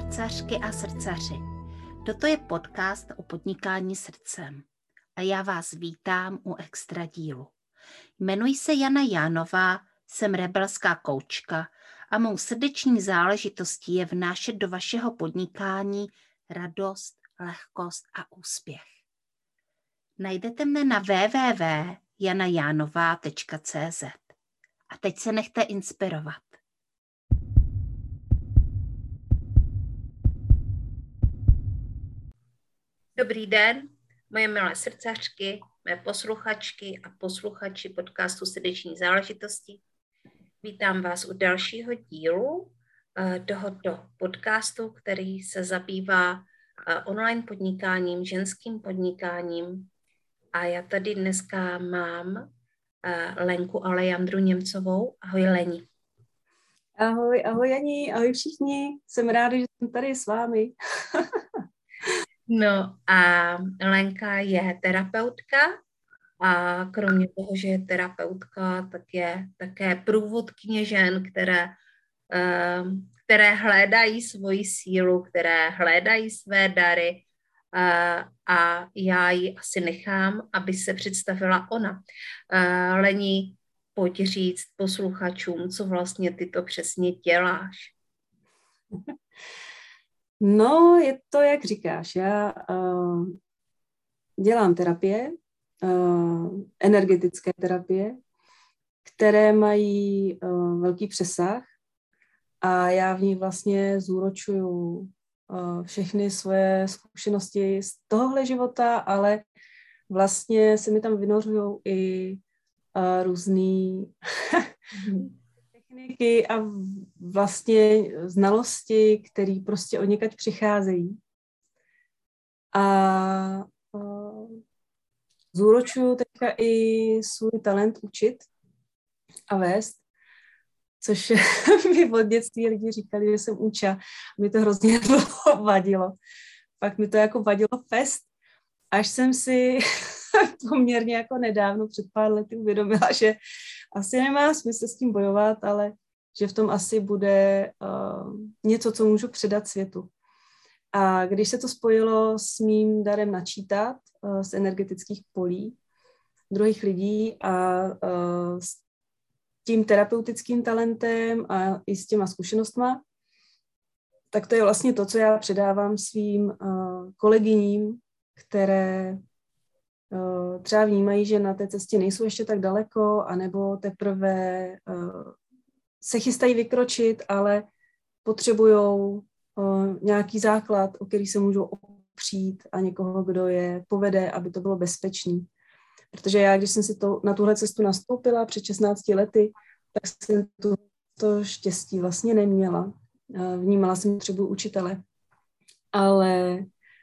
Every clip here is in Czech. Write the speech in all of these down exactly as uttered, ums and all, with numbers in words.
srdcařky a srdcaři. Toto je podcast o podnikání srdcem a já vás vítám u extra dílu. Jmenuji se Jana Jánová, jsem rebelská koučka a mou srdeční záležitostí je vnášet do vašeho podnikání radost, lehkost a úspěch. Najdete mne na w w w tečka jana jánová tečka c z. A teď se nechte inspirovat. Dobrý den, moje milé srdcařky, mé posluchačky a posluchači podcastu Srdeční záležitosti. Vítám vás u dalšího dílu uh, tohoto podcastu, který se zabývá uh, online podnikáním, ženským podnikáním. A já tady dneska mám uh, Lenku Alejandru Němcovou. Ahoj Leni. Ahoj, ahoj Jani, ahoj všichni. Jsem ráda, že jsem tady s vámi. No a Lenka je terapeutka a kromě toho, že je terapeutka, tak je také průvodkyně žen, které, které hledají svoji sílu, které hledají své dary a já ji asi nechám, aby se představila ona. Leni, pojď říct posluchačům, co vlastně ty to přesně děláš. No, je to, jak říkáš. Já uh, dělám terapie, uh, energetické terapie, které mají uh, velký přesah a já v nich vlastně zúročuju uh, všechny svoje zkušenosti z tohohle života, ale vlastně se mi tam vynořují i uh, různý techniky a vlastně znalosti, které prostě od někaď přicházejí. A uh, zúročuju teďka i svůj talent učit a vést, což mi od dětství lidi říkali, že jsem uča. Mi to hrozně dlouho vadilo. Pak mi to jako vadilo fest, až jsem si poměrně jako nedávno před pár lety uvědomila, že asi nemá smysl s tím bojovat, ale že v tom asi bude uh, něco, co můžu předat světu. A když se to spojilo s mým darem načítat uh, z energetických polí druhých lidí a uh, s tím terapeutickým talentem a i s těma zkušenostma, tak to je vlastně to, co já předávám svým uh, kolegyním, které uh, třeba vnímají, že na té cestě nejsou ještě tak daleko, anebo teprve uh, se chystají vykročit, ale potřebujou uh, nějaký základ, o který se můžou opřít a někoho, kdo je povede, aby to bylo bezpečný. Protože já, když jsem si to, na tuhle cestu nastoupila před šestnácti lety, tak jsem to, to štěstí vlastně neměla. Uh, vnímala jsem potřebu učitele. Ale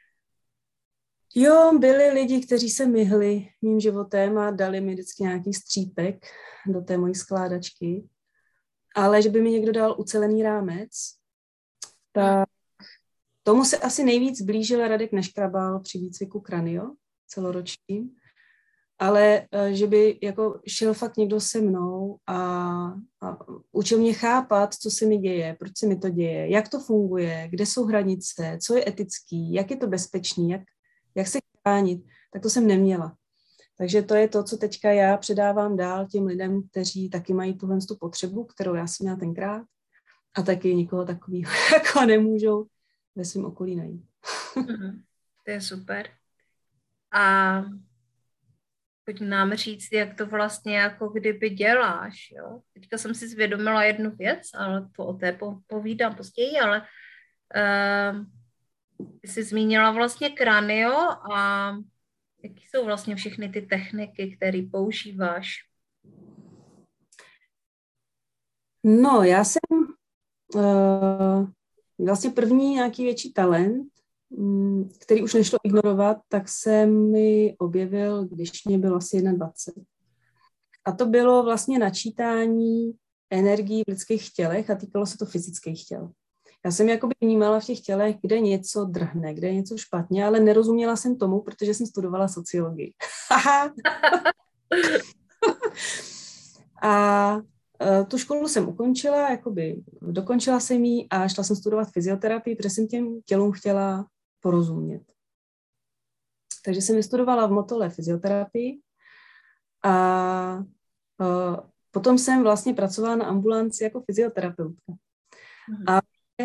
jo, byli lidi, kteří se myhli mým životem a dali mi vždycky nějaký střípek do té mojí skládačky. Ale že by mi někdo dal ucelený rámec, tak tomu se asi nejvíc blížil Radek Neškrabal při výcviku Kranio celoročním, ale že by jako šel fakt někdo se mnou a, a učil mě chápat, co se mi děje, proč se mi to děje, jak to funguje, kde jsou hranice, co je etický, jak je to bezpečný, jak, jak se chránit, tak to jsem neměla. Takže to je to, co teďka já předávám dál těm lidem, kteří taky mají tuhle tu potřebu, kterou já jsem měla tenkrát a taky nikoho takového jako nemůžou ve svém okolí najít. Mm, to je super. A pojď nám říct, jak to vlastně jako kdyby děláš, jo? Teďka jsem si zvědomila jednu věc, ale to o té povídám později, ale uh, ty jsi zmínila vlastně Kranio a jaký jsou vlastně všechny ty techniky, které používáš? No, já jsem uh, vlastně první nějaký větší talent, um, který už nešlo ignorovat, tak se mi objevil, když mě bylo asi dvacet jedna. A to bylo vlastně načítání energií v lidských tělech a týkalo se to fyzických těl. Já jsem jakoby vnímala v těch tělech, kde něco drhne, kde je něco špatně, ale nerozuměla jsem tomu, protože jsem studovala sociologii. a tu školu jsem ukončila, jakoby dokončila jsem ji a šla jsem studovat fyzioterapii, protože jsem těm tělům chtěla porozumět. Takže jsem vystudovala v Motole fyzioterapii a uh, potom jsem vlastně pracovala na ambulanci jako fyzioterapeutka. Mhm. A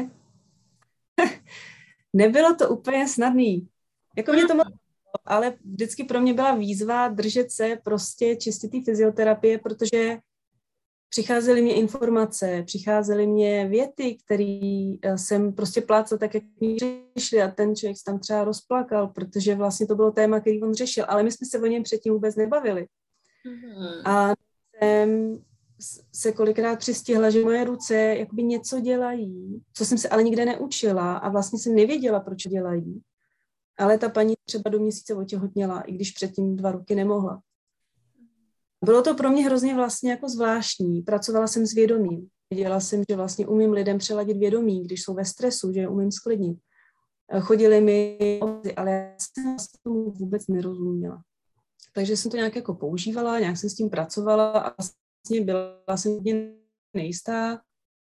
nebylo to úplně snadný. Jako mě to mohlo, ale vždycky pro mě byla výzva držet se prostě čistý fyzioterapie, protože přicházely mě informace, přicházely mě věty, které jsem prostě plácala tak, jak mi řešili a ten člověk se tam třeba rozplakal, protože vlastně to bylo téma, který on řešil, ale my jsme se o něm předtím vůbec nebavili. Mm-hmm. A jsem se kolikrát přistihla, že moje ruce jakoby něco dělají, co jsem se ale nikde neučila a vlastně jsem nevěděla, proč dělají. Ale ta paní třeba do měsíce otěhotněla, i když předtím dva roky nemohla. Bylo to pro mě hrozně vlastně jako zvláštní. Pracovala jsem s vědomím. Věděla jsem, že vlastně umím lidem přeladit vědomí, když jsou ve stresu, že je umím sklidnit. Chodili mi, ale já jsem vlastně tomu vůbec nerozuměla. Takže jsem to nějak jako používala, nějak jsem s tím pracovala a vlastně byla jsem hodně nejistá.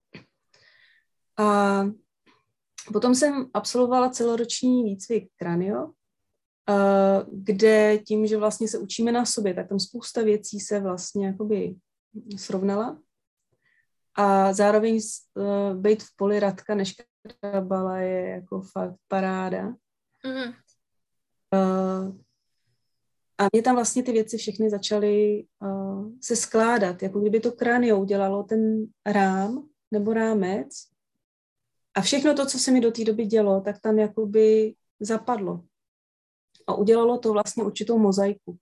A potom jsem absolvovala celoroční výcvik Kranio, kde tím, že vlastně se učíme na sobě, tak tam spousta věcí se vlastně jakoby srovnala. A zároveň uh, být v poli Radka Nežka Bala je jako fakt paráda. Mm. Uh, a mě tam vlastně ty věci všechny začaly uh, se skládat, jako kdyby to Kranio udělalo ten rám nebo rámec. A všechno to, co se mi do té doby dělo, tak tam jakoby zapadlo. A udělalo to vlastně určitou mozaiku.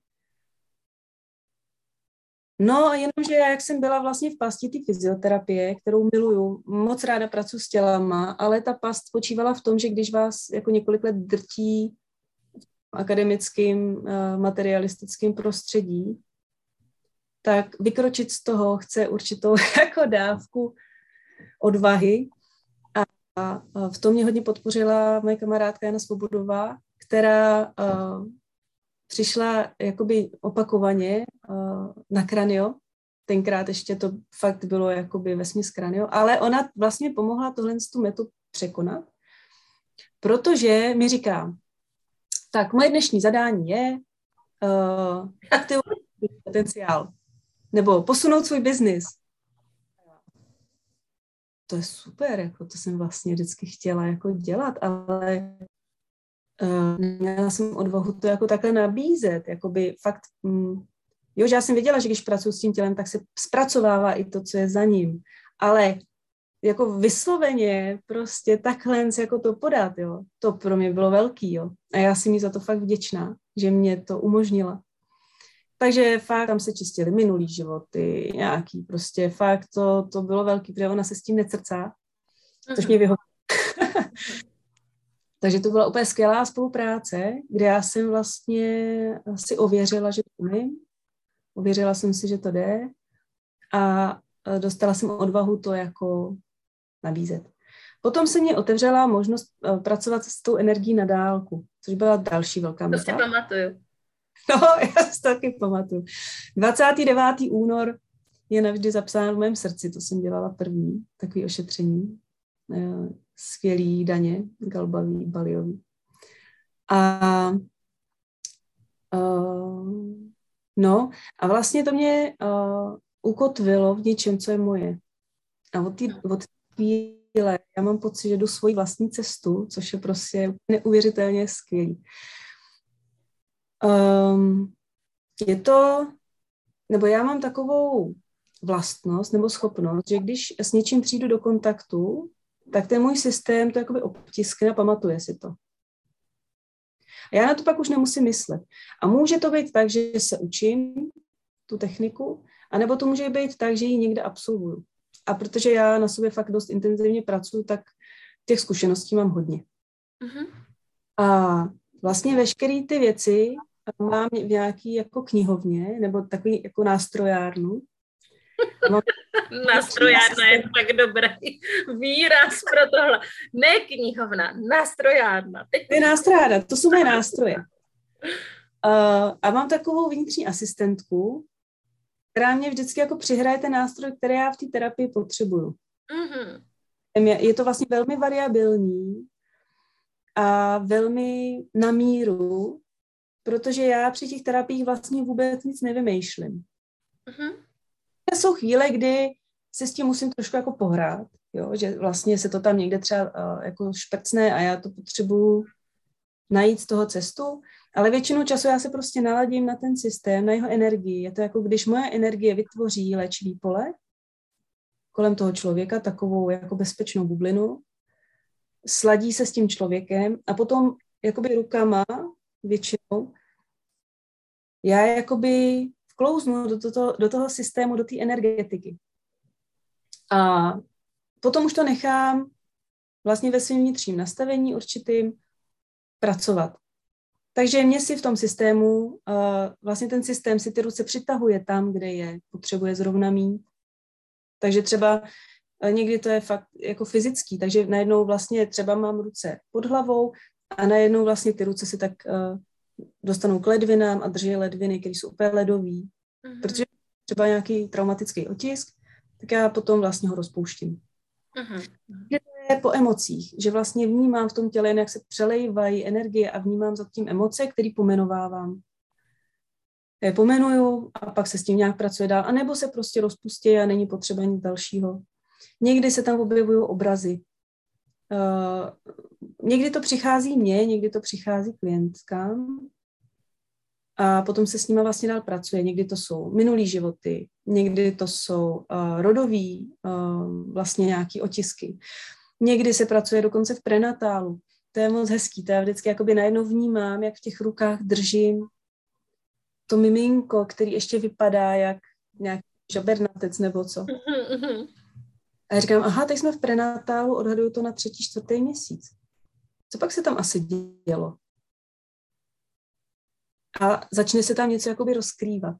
No a jenomže já, jak jsem byla vlastně v pasti té fyzioterapie, kterou miluju, moc ráda pracuji s tělama, ale ta past spočívala v tom, že když vás jako několik let drtí v akademickém, uh, materialistickém prostředí, tak vykročit z toho chce určitou jako dávku odvahy. A, a v tom mě hodně podpořila moje kamarádka Jana Svobodová, která uh, přišla jakoby opakovaně uh, na Kranio. Tenkrát ještě to fakt bylo jakoby vesměs Kranio, ale ona vlastně pomohla tohle tu metu překonat, protože mi říká, tak moje dnešní zadání je uh, aktivovat potenciál nebo posunout svůj biznis. To je super, jako to jsem vlastně vždycky chtěla jako dělat, ale Uh, měla jsem odvahu to jako takhle nabízet, jakoby fakt, mm, jo, že já jsem věděla, že když pracuji s tím tělem, tak se zpracovává i to, co je za ním, ale jako vysloveně prostě takhle jako to podat, jo, to pro mě bylo velký, jo, a já jsem jí za to fakt vděčná, že mě to umožnila. Takže fakt tam se čistily minulý životy, nějaký prostě fakt to, to bylo velký, protože ona se s tím necrcá, což mě vyhovuje. Takže to byla úplně skvělá spolupráce, kde já jsem vlastně si ověřila, že to umím. Ověřila jsem si, že to jde a dostala jsem odvahu to jako nabízet. Potom se mě otevřela možnost pracovat s tou energií na dálku, což byla další velká meta. To si pamatuju. No, já si to taky pamatuju. dvacátého devátého února je navždy zapsáno v mém srdci, to jsem dělala první, takový ošetření. Skvělý daně, galbavý, baliový. A uh, no, a vlastně to mě uh, ukotvilo v něčem, co je moje. A od té od chvíle já mám pocit, že jdu svoji vlastní cestu, což je prostě neuvěřitelně skvělý. Um, je to, nebo já mám takovou vlastnost nebo schopnost, že když s něčím přijdu do kontaktu, tak ten můj systém to jakoby obtiskne a pamatuje si to. A já na to pak už nemusím myslet. A může to být tak, že se učím tu techniku, anebo to může být tak, že ji někde absolvuju. A protože já na sobě fakt dost intenzivně pracuji, tak těch zkušeností mám hodně. Uh-huh. A vlastně veškeré ty věci mám v nějaký jako knihovně, nebo takový jako nástrojárnu. Nástrojárna je tak dobrý výraz pro tohle. Ne knihovna, nástrojárna. Teď... To je nástrojárna, to jsou moje nástroje. Uh, a mám takovou vnitřní asistentku, která mě vždycky jako přihraje ten nástroj, který já v té terapii potřebuju. Mm-hmm. Je, je to vlastně velmi variabilní a velmi na míru, protože já při těch terapiích vlastně vůbec nic nevymýšlím. Mm-hmm. Jsou chvíle, kdy se s tím musím trošku jako pohrát, jo? Že vlastně se to tam někde třeba uh, jako šprcne a já to potřebuju najít z toho cestu, ale většinou času já se prostě naladím na ten systém, na jeho energii. Je to jako když moje energie vytvoří léčivý pole kolem toho člověka, takovou jako bezpečnou bublinu, sladí se s tím člověkem a potom jakoby rukama většinou já jakoby vklouznu do toho, do toho systému, do té energetiky. A potom už to nechám vlastně ve svém vnitřním nastavení určitým pracovat. Takže mě si v tom systému, uh, vlastně ten systém si ty ruce přitahuje tam, kde je potřebuje zrovna mít. Takže třeba uh, někdy to je fakt jako fyzický, takže najednou vlastně třeba mám ruce pod hlavou a najednou vlastně ty ruce si tak uh, dostanou k ledvinám a drží ledviny, které jsou úplně ledový. Mm-hmm. Protože třeba nějaký traumatický otisk, tak já potom vlastně ho rozpouštím. Mm-hmm. Je po emocích, že vlastně vnímám v tom těle, jak se přelejvají energie a vnímám za tím emoce, které pomenovávám. Je pomenuju a pak se s tím nějak pracuje dál, anebo se prostě rozpustí a není potřeba nic dalšího. Někdy se tam objevují obrazy. Uh, někdy to přichází mně, někdy to přichází klientkám a potom se s nima vlastně dál pracuje. Někdy to jsou minulý životy, někdy to jsou uh, rodový uh, vlastně nějaký otisky. Někdy se pracuje dokonce v prenatálu. To je moc hezký. To já vždycky jakoby najednou vnímám, jak v těch rukách držím to miminko, který ještě vypadá jak nějaký žabernatec nebo co. A já říkám, aha, teď jsme v prenatálu, odhaduju to na třetí, čtvrtý měsíc. Co pak se tam asi dělo? A začne se tam něco jakoby rozkrývat.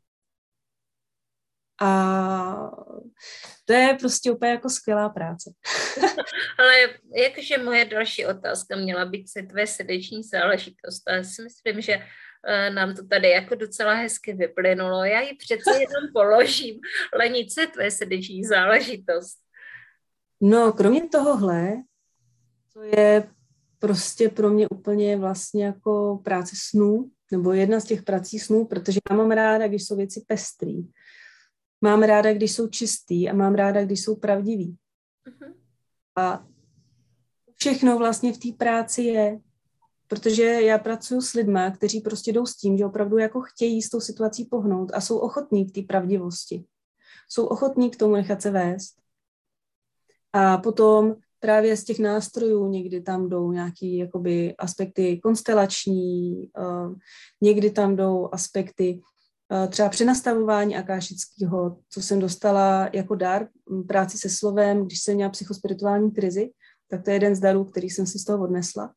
A to je prostě úplně jako skvělá práce. Ale jakože moje další otázka měla být se tvé srdeční záležitost. A já si myslím, že nám to tady jako docela hezky vyplynulo. Já ji přece jenom položím. Lenice, tvé srdeční záležitost. No, kromě tohohle, to je prostě pro mě úplně vlastně jako práce snů, nebo jedna z těch prací snů, protože já mám ráda, když jsou věci pestrý. Mám ráda, když jsou čistý a mám ráda, když jsou pravdivý. Uh-huh. A všechno vlastně v té práci je, protože já pracuji s lidma, kteří prostě jdou s tím, že opravdu jako chtějí s tou situací pohnout a jsou ochotní k té pravdivosti. Jsou ochotní k tomu nechat se vést. A potom právě z těch nástrojů někdy tam jdou nějaký jakoby aspekty konstelační, uh, někdy tam jdou aspekty uh, třeba přenastavování akášického, co jsem dostala jako dar, práci se slovem, když jsem měla psychospirituální krizi, tak to je jeden z darů, který jsem si z toho odnesla.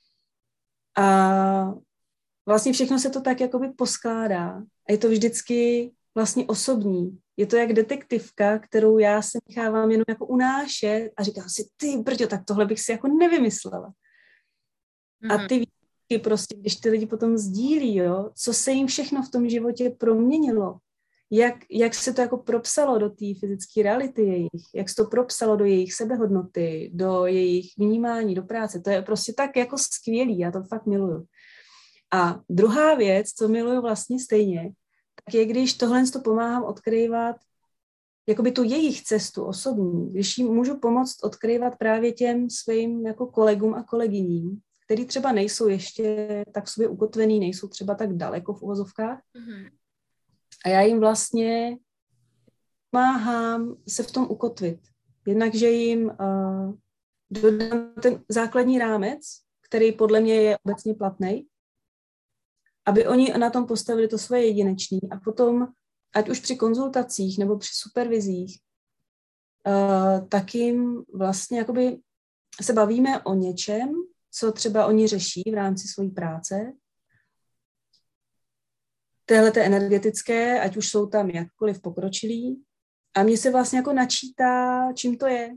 A vlastně všechno se to tak jakoby poskládá. A je to vždycky vlastně osobní. Je to jak detektivka, kterou já se nechávám jenom jako unášet a říkám si, ty brďo, tak tohle bych si jako nevymyslela. Mm-hmm. A ty výsledky prostě, když ty lidi potom sdílí, jo, co se jim všechno v tom životě proměnilo, jak, jak se to jako propsalo do té fyzické reality jejich, jak se to propsalo do jejich sebehodnoty, do jejich vnímání, do práce. To je prostě tak jako skvělý, já to fakt miluju. A druhá věc, co miluju vlastně stejně, tak je, když tohle to pomáhám odkryvat jakoby tu jejich cestu osobní, když jim můžu pomoct odkryvat právě těm svým jako kolegům a kolegyním, který třeba nejsou ještě tak v sobě ukotvený, nejsou třeba tak daleko v uvozovkách. Mm-hmm. A já jim vlastně pomáhám se v tom ukotvit. Jednak, že jim uh, dodám ten základní rámec, který podle mě je obecně platný, aby oni na tom postavili to svoje jedinečné a potom, ať už při konzultacích nebo při supervizích, uh, tak jim vlastně jakoby se bavíme o něčem, co třeba oni řeší v rámci své práce. Téhleté energetické, ať už jsou tam jakkoliv pokročilí. A mně se vlastně jako načítá, čím to je.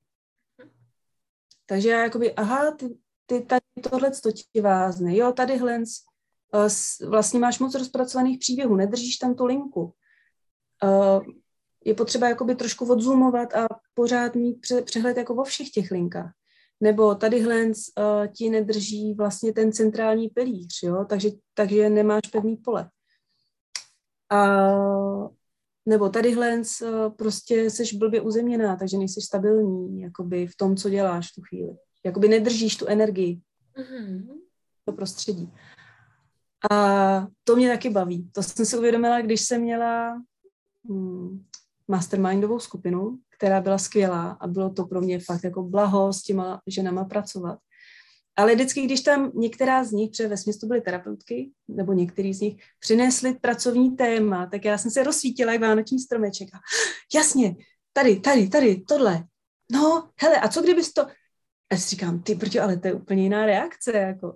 Takže já jakoby, aha, ty, ty tady tohleto ti vázne. Jo, tadyhle vlastně máš moc rozpracovaných příběhů, nedržíš tam tu linku. uh, je potřeba jakoby trošku odzoomovat a pořád mít přehled jako o všech těch linkách. Nebo tadyhle uh, ti nedrží vlastně ten centrální pilíř, jo? Takže, takže nemáš pevný pole. A nebo tadyhle uh, prostě seš blbě uzemněná, takže nejsi stabilní jakoby v tom, co děláš v tu chvíli. Jakoby nedržíš tu energii. Mm-hmm. To prostředí. A to mě taky baví. To jsem si uvědomila, když jsem měla hmm, mastermindovou skupinu, která byla skvělá a bylo to pro mě fakt jako blaho s těma ženama pracovat. Ale vždycky, když tam některá z nich, protože vesměs to byly terapeutky, nebo některý z nich, přinesli pracovní téma, tak já jsem se rozsvítila jak vánoční stromeček. A, jasně, tady, tady, tady, tohle. No, hele, a co kdybys to... A já si říkám, ty brďo, ale to je úplně jiná reakce, jako.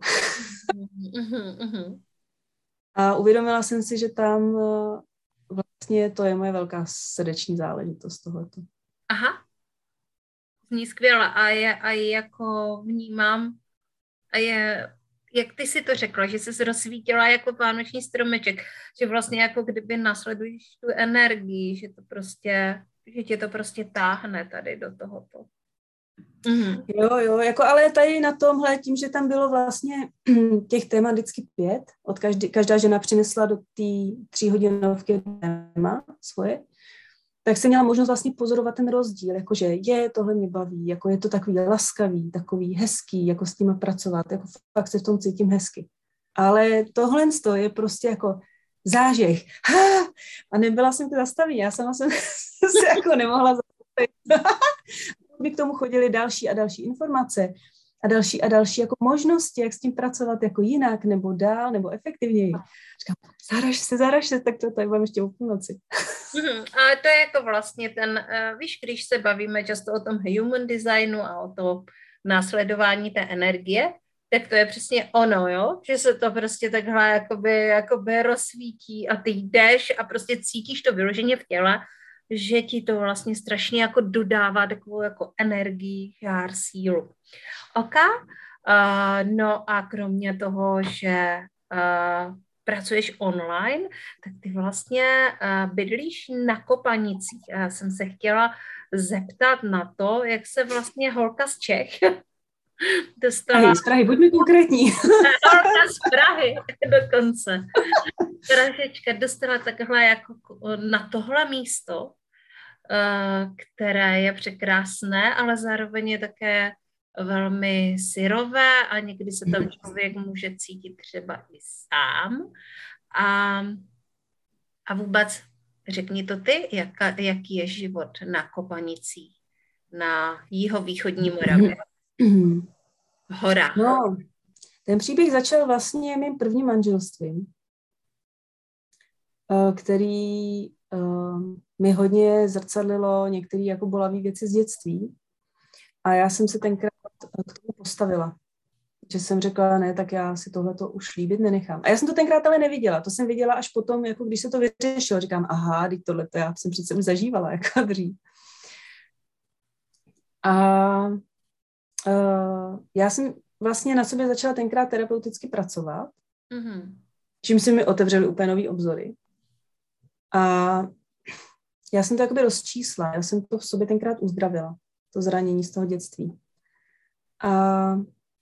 A uvědomila jsem si, že tam vlastně to je moje velká srdeční záležitost tohleto. Aha. Zní skvěle. A, je, a jako vnímám, a je, jak ty si to řekla, že jsi se rozsvítila jako vánoční stromeček, že vlastně jako kdyby nasleduješ tu energii, že to prostě, že tě to prostě táhne tady do tohoto. Mm. Jo, jo, jako ale tady na tomhle, tím, že tam bylo vlastně těch témat vždycky pět, od každý, každá žena přinesla do té tříhodinovky téma svoje, tak jsem měla možnost vlastně pozorovat ten rozdíl, jakože je, tohle mě baví, jako je to takový laskavý, takový hezký, jako s tím pracovat, jako fakt se v tom cítím hezky. Ale tohle je prostě jako zážeh. Ha! A nebyla jsem to zastavit, já sama jsem se jako nemohla zastavit. By k tomu chodily další a další informace a další a další jako možnosti, jak s tím pracovat jako jinak, nebo dál, nebo efektivněji. Říkám, zaraž se, zaraž se, tak to tady budeme ještě o půlnoci. Mm, ale to je jako vlastně ten, uh, víš, když se bavíme často o tom human designu a o to následování té energie, tak to je přesně ono, jo? Že se to prostě takhle jakoby, jakoby rozsvítí a ty jdeš a prostě cítíš to vyloženě v těle, že ti to vlastně strašně jako dodává takovou jako energii, žár, sílu. OK? Uh, no a kromě toho, že uh, pracuješ online, tak ty vlastně uh, bydlíš na Kopanicích. Já jsem se chtěla zeptat na to, jak se vlastně holka z Čech dostala... Prahy, z Prahy, buďme konkrétní. Holka z Prahy dokonce. Pražečka dostala takhle jako na tohle místo, které je překrásné, ale zároveň je také velmi syrové a někdy se tam člověk může cítit třeba i sám. A, a vůbec řekni to ty, jaka, jaký je život na Kopanicích, na jihovýchodní Moravě, v horách. No, ten příběh začal vlastně mým prvním manželstvím, který mi hodně zrcadlilo některé jako bolavé věci z dětství. A já jsem se tenkrát k tomu postavila. Že jsem řekla, ne, tak já si tohleto už líbit nenechám. A já jsem to tenkrát ale neviděla. To jsem viděla až potom, jako když se to vyřešilo. Říkám, aha, teď tohleto já jsem přece už zažívala, jako dřív. A uh, já jsem vlastně na sobě začala tenkrát terapeuticky pracovat, mm-hmm. čím se mi otevřely úplně nový obzory. A já jsem to jakoby rozčísla. Já jsem to v sobě tenkrát uzdravila. To zranění z toho dětství. A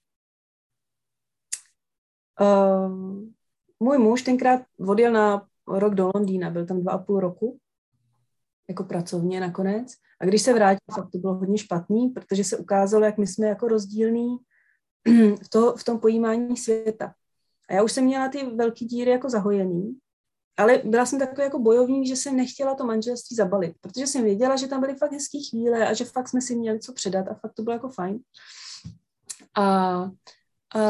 uh, můj muž tenkrát odjel na rok do Londýna. Byl tam dva a půl roku. Jako pracovně nakonec. A když se vrátil, fakt to bylo hodně špatný, protože se ukázalo, jak my jsme jako rozdílní v, to, v tom pojímání světa. A já už jsem měla ty velký díry jako zahojený, ale byla jsem takový jako bojovník, že jsem nechtěla to manželství zabalit, protože jsem věděla, že tam byly fakt hezký chvíle a že fakt jsme si měli co předat a fakt to bylo jako fajn. A, a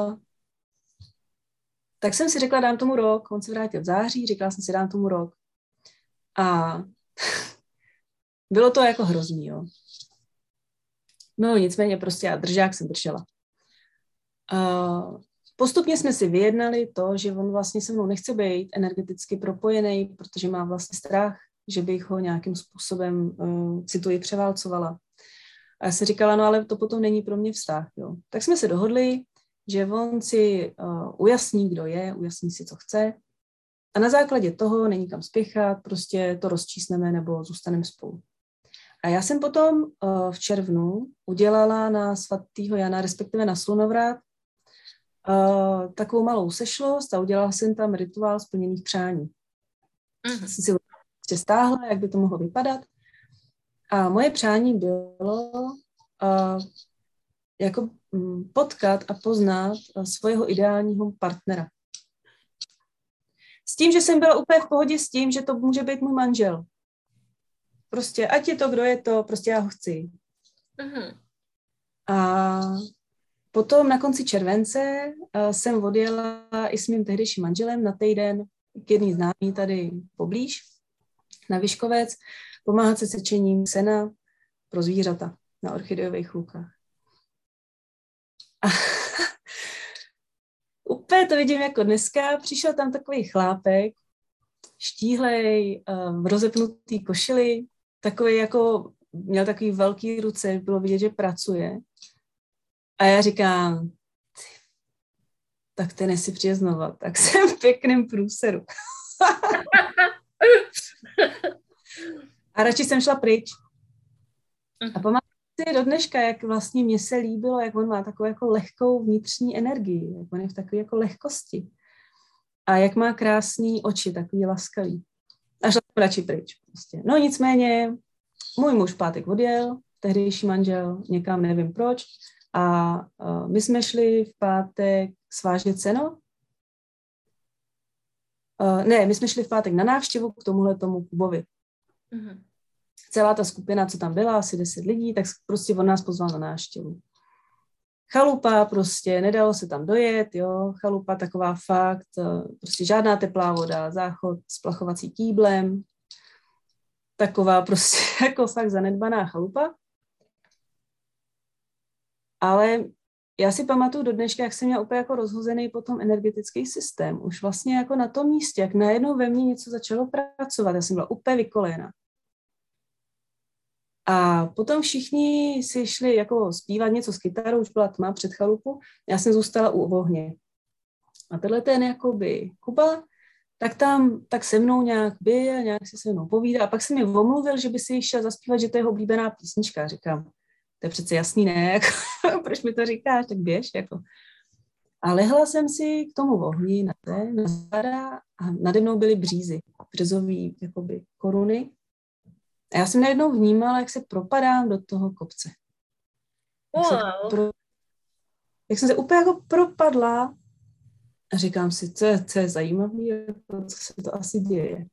tak jsem si řekla, dám tomu rok, on se vrátil v září, řekla jsem si, dám tomu rok. A bylo to jako hrozný, jo. No nicméně prostě já držák jsem držela. Uh, postupně jsme si vyjednali to, že on vlastně se mnou nechce být energeticky propojený, protože má vlastně strach, že bych ho nějakým způsobem uh, cituji převálcovala. A já si říkala, no ale to potom není pro mě vztah, jo. Tak jsme se dohodli, že on si uh, ujasní, kdo je, ujasní si, co chce. A na základě toho není kam spěchat, prostě to rozčísneme nebo zůstaneme spolu. A já jsem potom uh, v červnu udělala na svatýho Jana, respektive na slunovrat, uh, takovou malou sešlost a udělala jsem tam rituál splněných přání. Mm-hmm. Jsem si prostě stáhla, jak by to mohlo vypadat. A moje přání bylo uh, jako um, potkat a poznat uh, svého ideálního partnera. S tím, že jsem byla úplně v pohodě s tím, že to může být můj manžel. Prostě, ať je to, kdo je to, prostě já ho chci. Uh-huh. A potom na konci července uh, jsem odjela i s mým tehdejším manželem na týden k jedný známý tady poblíž, na Vyškovec, pomáhat se sečením sena pro zvířata na orchideových lukách. A úplně to vidím jako dneska. Přišel tam takový chlápek, štíhlej, uh, v rozepnutý košili, takový jako, měl takový velký ruce, bylo vidět, že pracuje. A já říkám, tak ten nesi přijde znova, tak jsem v pěkném průseru. A radši jsem šla pryč. A pamatuju si do dneška, jak vlastně mně se líbilo, jak on má takovou jako lehkou vnitřní energii, jak on je v takové jako lehkosti. A jak má krásný oči, takový laskavý. A šla jsem radši pryč. Prostě. No nicméně, můj muž v pátek odjel, tehdejší manžel, někam nevím proč. A uh, my jsme šli v pátek svážet seno. Uh, ne, my jsme šli v pátek na návštěvu k tomuhle tomu Kubovi. Mm-hmm. Celá ta skupina, co tam byla, asi deset lidí, tak prostě on nás pozval na návštěvu. Chalupa prostě, nedalo se tam dojet, jo, chalupa taková fakt, prostě žádná teplá voda, záchod s plachovací kýblem, taková prostě jako fakt zanedbaná chalupa. Ale já si pamatuju do dneška, jak jsem měla úplně jako rozhozený potom energetický systém. Už vlastně jako na tom místě, jak najednou ve mně něco začalo pracovat, já jsem byla úplně vykolejena. A potom všichni si šli jako zpívat něco s kytarou, už byla tma před chalupu, já jsem zůstala u ohně. A tenhle ten jakoby Kuba, tak tam tak se mnou nějak byl, nějak si se mnou povídal a pak se mi omluvil, že by si šel zaspívat, že to je jeho oblíbená písnička. Říkám, to je přece jasný, ne? Jako, proč mi to říkáš, tak běž. Jako. A lehla jsem si k tomu ohni na ten, na záda a nade mnou byly břízy, březový jakoby koruny. A já jsem najednou vnímala, jak se propadám do toho kopce. Jak, wow. se, pro, jak jsem se úplně jako propadla a říkám si, co je, co je zajímavé, jako, co se to asi děje.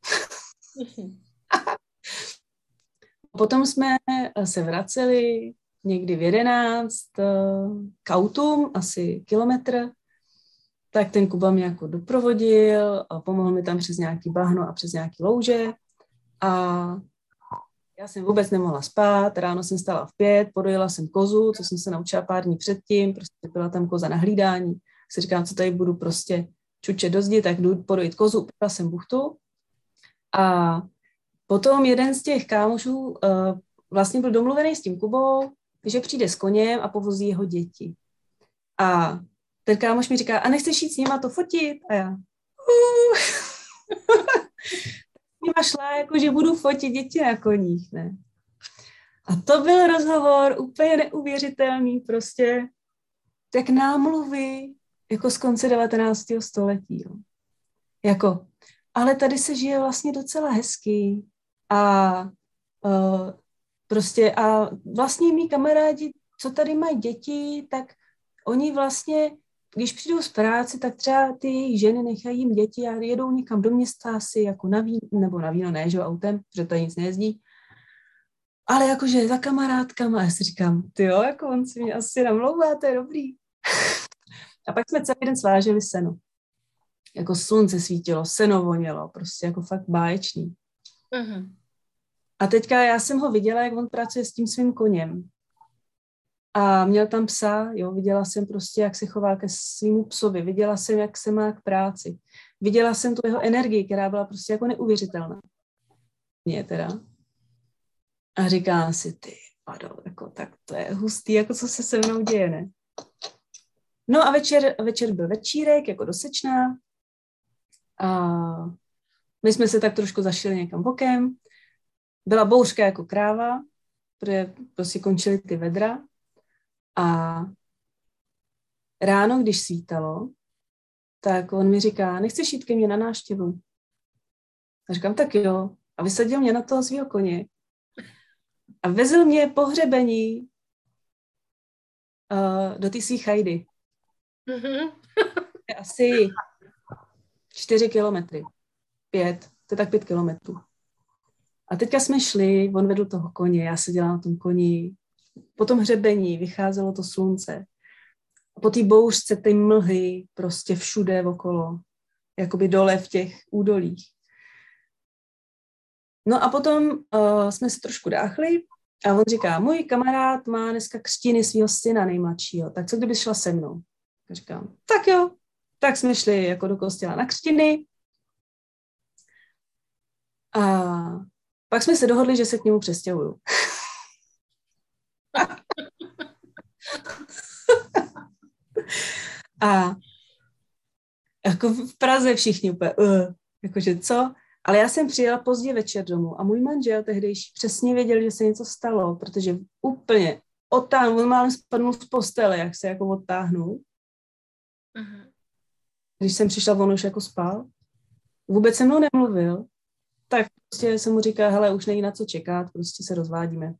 Potom jsme se vraceli někdy v jedenáct k autům, asi kilometr, tak ten Kuba mě jako doprovodil a pomohl mi tam přes nějaký bahno a přes nějaký louže a já jsem vůbec nemohla spát, ráno jsem stala v pět, podojila jsem kozu, co jsem se naučila pár dní předtím, prostě byla tam koza na hlídání, si říkám, co tady budu prostě čučet do zdi, tak jdu podojit kozu, upila jsem buchtu a potom jeden z těch kámošů uh, vlastně byl domluvený s tím Kubou, že přijde s koněm a povozí jeho děti. A ten kámoš mi říká, a nechceš jít s nima to fotit? A já, uh. s šla, jako, že budu fotit děti na koních, ne? A to byl rozhovor úplně neuvěřitelný, prostě tak námluvy, jako z konce devatenáctého století. Jo. Jako, ale tady se žije vlastně docela hezky a uh, prostě a vlastně mý kamarádi, co tady mají děti, tak oni vlastně, když přijdou z práce, tak třeba ty ženy nechají jim děti a jedou někam do města asi jako na víno, nebo na víno ne, že autem, protože tady nic nejezdí. Ale jakože za kamarádkama, já si říkám, ty jo, jako on si mě asi namlouvá, to je dobrý. A pak jsme celý den sváželi seno. Jako slunce svítilo, seno vonělo, prostě jako fakt báječný. Uh-huh. A teďka já jsem ho viděla, jak on pracuje s tím svým koněm. A měl tam psa, jo, viděla jsem prostě, jak se chová ke svýmu psovi, viděla jsem, jak se má k práci. Viděla jsem tu jeho energii, která byla prostě jako neuvěřitelná. Mně teda. A říkám si, ty, pado, jako, tak to je hustý, jako co se se mnou děje, ne? No a večer, večer byl večírek, jako dosečná. A My jsme se tak trošku zašili někam bokem. Byla bouřka jako kráva, protože prostě končily ty vedra. A ráno, když svítalo, tak on mi říká, nechceš jít ke mně na návštěvu? A říkám, tak jo. A vysadil mě na toho svého koně. A vezl mě po hřebení uh, do té svý chajdy. Mm-hmm. Asi čtyři kilometry. Pět. To je tak pět kilometrů. A teďka jsme šli, on vedl toho koně, já seděla na tom koni. Po tom hřebení vycházelo to slunce. A po té bouřce ty mlhy prostě všude okolo. Jakoby dole v těch údolích. No a potom uh, jsme se trošku dáchli a on říká, můj kamarád má dneska křtiny svého syna nejmladšího, tak co kdyby šla se mnou? A říkám, tak jo. Tak jsme šli jako do kostela na křtiny. A pak jsme se dohodli, že se k němu přestěhuju. A jako v Praze všichni úplně, uh, jakože co? Ale já jsem přijela pozdě večer domů a můj manžel tehdejší přesně věděl, že se něco stalo, protože úplně odtáhnul, on málem spadnul z postele, jak se jako odtáhnul. Uh-huh. Když jsem přišla, on už jako spal. Vůbec se mnou nemluvil. Tak prostě jsem mu říkala, hele, už není na co čekat, prostě se rozvádíme.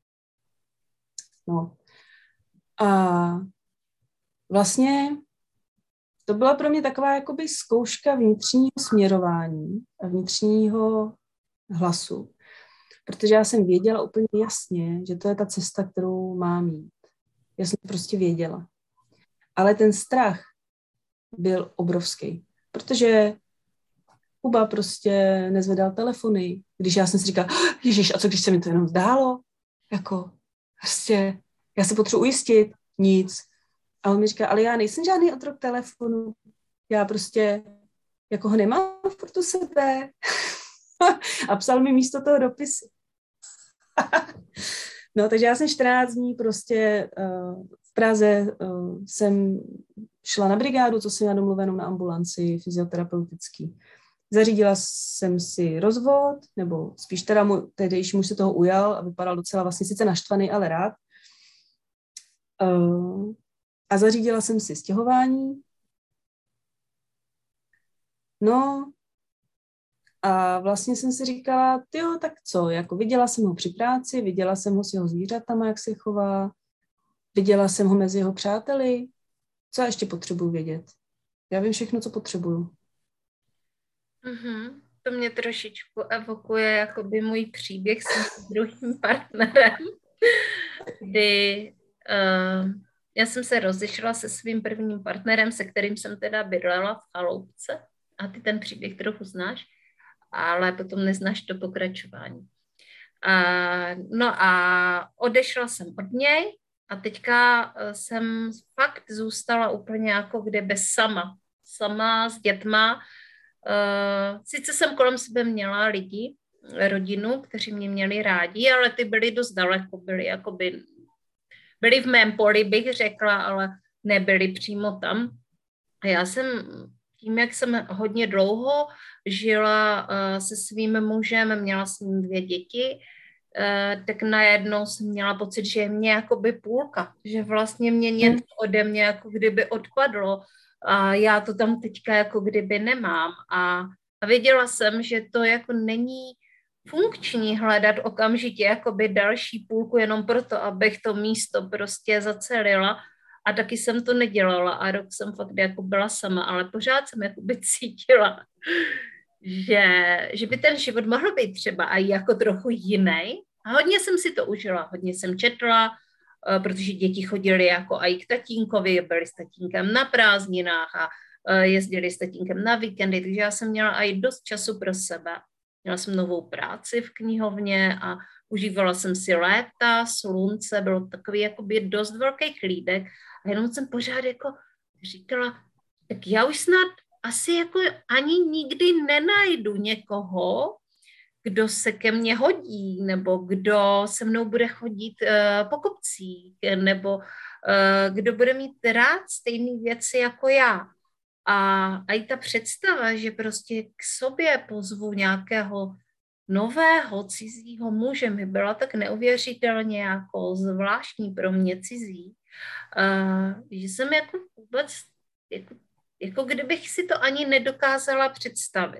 No. A vlastně to byla pro mě taková jakoby zkouška vnitřního směrování a vnitřního hlasu. Protože já jsem věděla úplně jasně, že to je ta cesta, kterou mám jít. Já jsem to prostě věděla. Ale ten strach byl obrovský. Protože Kuba prostě nezvedal telefony. Když já jsem si říkala, ježiš, a co když se mi to jenom zdálo? Jako, prostě, já se potřebuji ujistit. Nic. A on mi říká, ale já nejsem žádný otrok telefonu. Já prostě, jako ho nemám furt u sebe. A psal mi místo toho dopisy. No, takže já jsem čtrnáct dní prostě uh, v Praze uh, jsem šla na brigádu, co jsem měla domluvenou na ambulanci fyzioterapeutický. Zařídila jsem si rozvod, nebo spíš teda můj tehdejší muž se toho ujal a vypadal docela vlastně sice naštvaný, ale rád. Uh, a zařídila jsem si stěhování. No a vlastně jsem si říkala, tyjo, tak co, jako viděla jsem ho při práci, viděla jsem ho s jeho zvířatama, jak se chová, viděla jsem ho mezi jeho přáteli. Co já ještě potřebuji vědět? Já vím všechno, co potřebuju. Mm-hmm. To mě trošičku evokuje jakoby můj příběh s druhým partnerem, kdy uh, já jsem se rozešla se svým prvním partnerem, se kterým jsem teda bydlela v chaloupce. A ty ten příběh trochu znáš, ale potom neznáš to pokračování. A, no a odešla jsem od něj a teďka jsem fakt zůstala úplně jako kdyby sama. Sama s dětma. Uh, sice jsem kolem sebe měla lidi, rodinu, kteří mě měli rádi, ale ty byli dost daleko, byli jakoby, byli v mém poli, bych řekla, ale nebyli přímo tam. A já jsem tím, jak jsem hodně dlouho žila uh, se svým mužem, měla jsem dvě děti, uh, tak najednou jsem měla pocit, že je mě jakoby půlka, že vlastně mě něco ode mě jako kdyby odpadlo a já to tam teďka jako kdyby nemám. A, a věděla jsem, že to jako není funkční hledat okamžitě jakoby další půlku jenom proto, abych to místo prostě zacelila. A taky jsem to nedělala a rok jsem fakt jako byla sama, ale pořád jsem jakoby cítila, že, že by ten život mohl být třeba i jako trochu jiný. A hodně jsem si to užila, hodně jsem četla, protože děti chodily jako i k tatínkovi, byli s tatínkem na prázdninách a jezdili s tatínkem na víkendy, takže já jsem měla i dost času pro sebe. Měla jsem novou práci v knihovně a užívala jsem si léta, slunce, bylo takový jakoby dost velký chlídek a jenom jsem pořád jako říkala, tak já už snad asi jako ani nikdy nenajdu někoho, kdo se ke mně hodí, nebo kdo se mnou bude chodit uh, po kopcích, nebo uh, kdo bude mít rád stejné věci jako já. A, a i ta představa, že prostě k sobě pozvu nějakého nového cizího muže, mi byla tak neuvěřitelně jako zvláštní pro mě cizí, uh, že jsem jako vůbec, jako, jako kdybych si to ani nedokázala představit.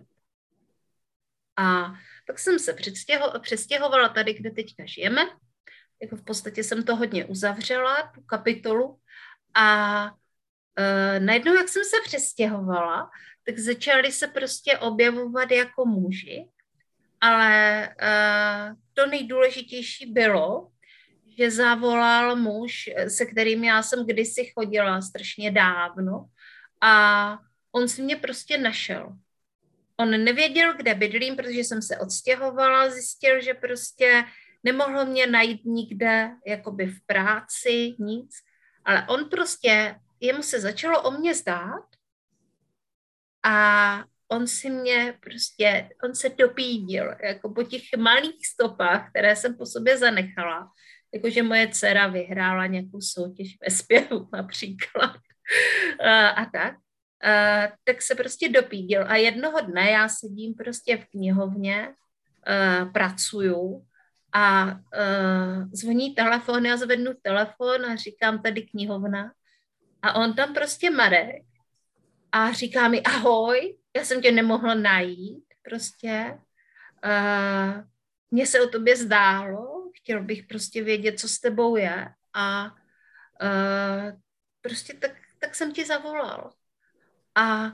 A tak jsem se přestěho, přestěhovala tady, kde teďka žijeme. Jako v podstatě jsem to hodně uzavřela, tu kapitolu. A uh, najednou, jak jsem se přestěhovala, tak začaly se prostě objevovat jako muži. Ale uh, to nejdůležitější bylo, že zavolal muž, se kterým já jsem kdysi chodila strašně dávno, a on si mě prostě našel. On nevěděl, kde bydlím, protože jsem se odstěhovala, zjistil, že prostě nemohl mě najít nikde, jakoby v práci, nic, ale on prostě, jemu se začalo o mě zdát a on si mě prostě, on se dopídil, jako po těch malých stopách, které jsem po sobě zanechala, jakože moje dcera vyhrála nějakou soutěž ve zpěvu například a, a tak, a, tak se prostě dopídil. A jednoho dne já sedím prostě v knihovně, a, pracuju a, a zvoní telefon, já zvednu telefon a říkám tady knihovna a on tam prostě Marek a říká mi ahoj, já jsem tě nemohla najít, prostě. Uh, mně se o tobě zdálo, chtěl bych prostě vědět, co s tebou je a uh, prostě tak, tak jsem ti zavolal. A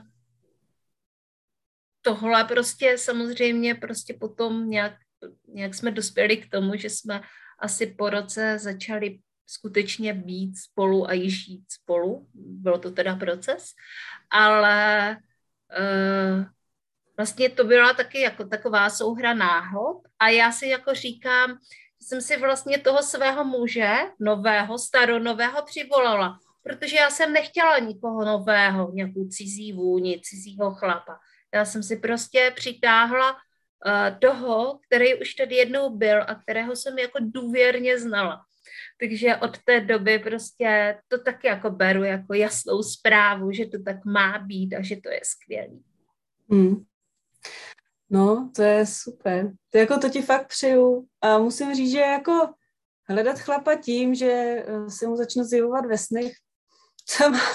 tohle prostě samozřejmě prostě potom nějak, nějak jsme dospěli k tomu, že jsme asi po roce začali skutečně být spolu a již žít spolu. Byl to teda proces, ale uh, vlastně to byla taky jako taková souhra náhod a já si jako říkám, že jsem si vlastně toho svého muže, nového, staronového přivolala, protože já jsem nechtěla nikoho nového, nějakou cizí vůni, cizího chlapa. Já jsem si prostě přitáhla uh, toho, který už tady jednou byl a kterého jsem jako důvěrně znala. Takže od té doby prostě to taky jako beru jako jasnou zprávu, že to tak má být a že to je skvělý. Hmm. No, to je super. To jako to ti fakt přeju. A musím říct, že jako hledat chlapa tím, že se mu začnu zjevovat ve snech, co má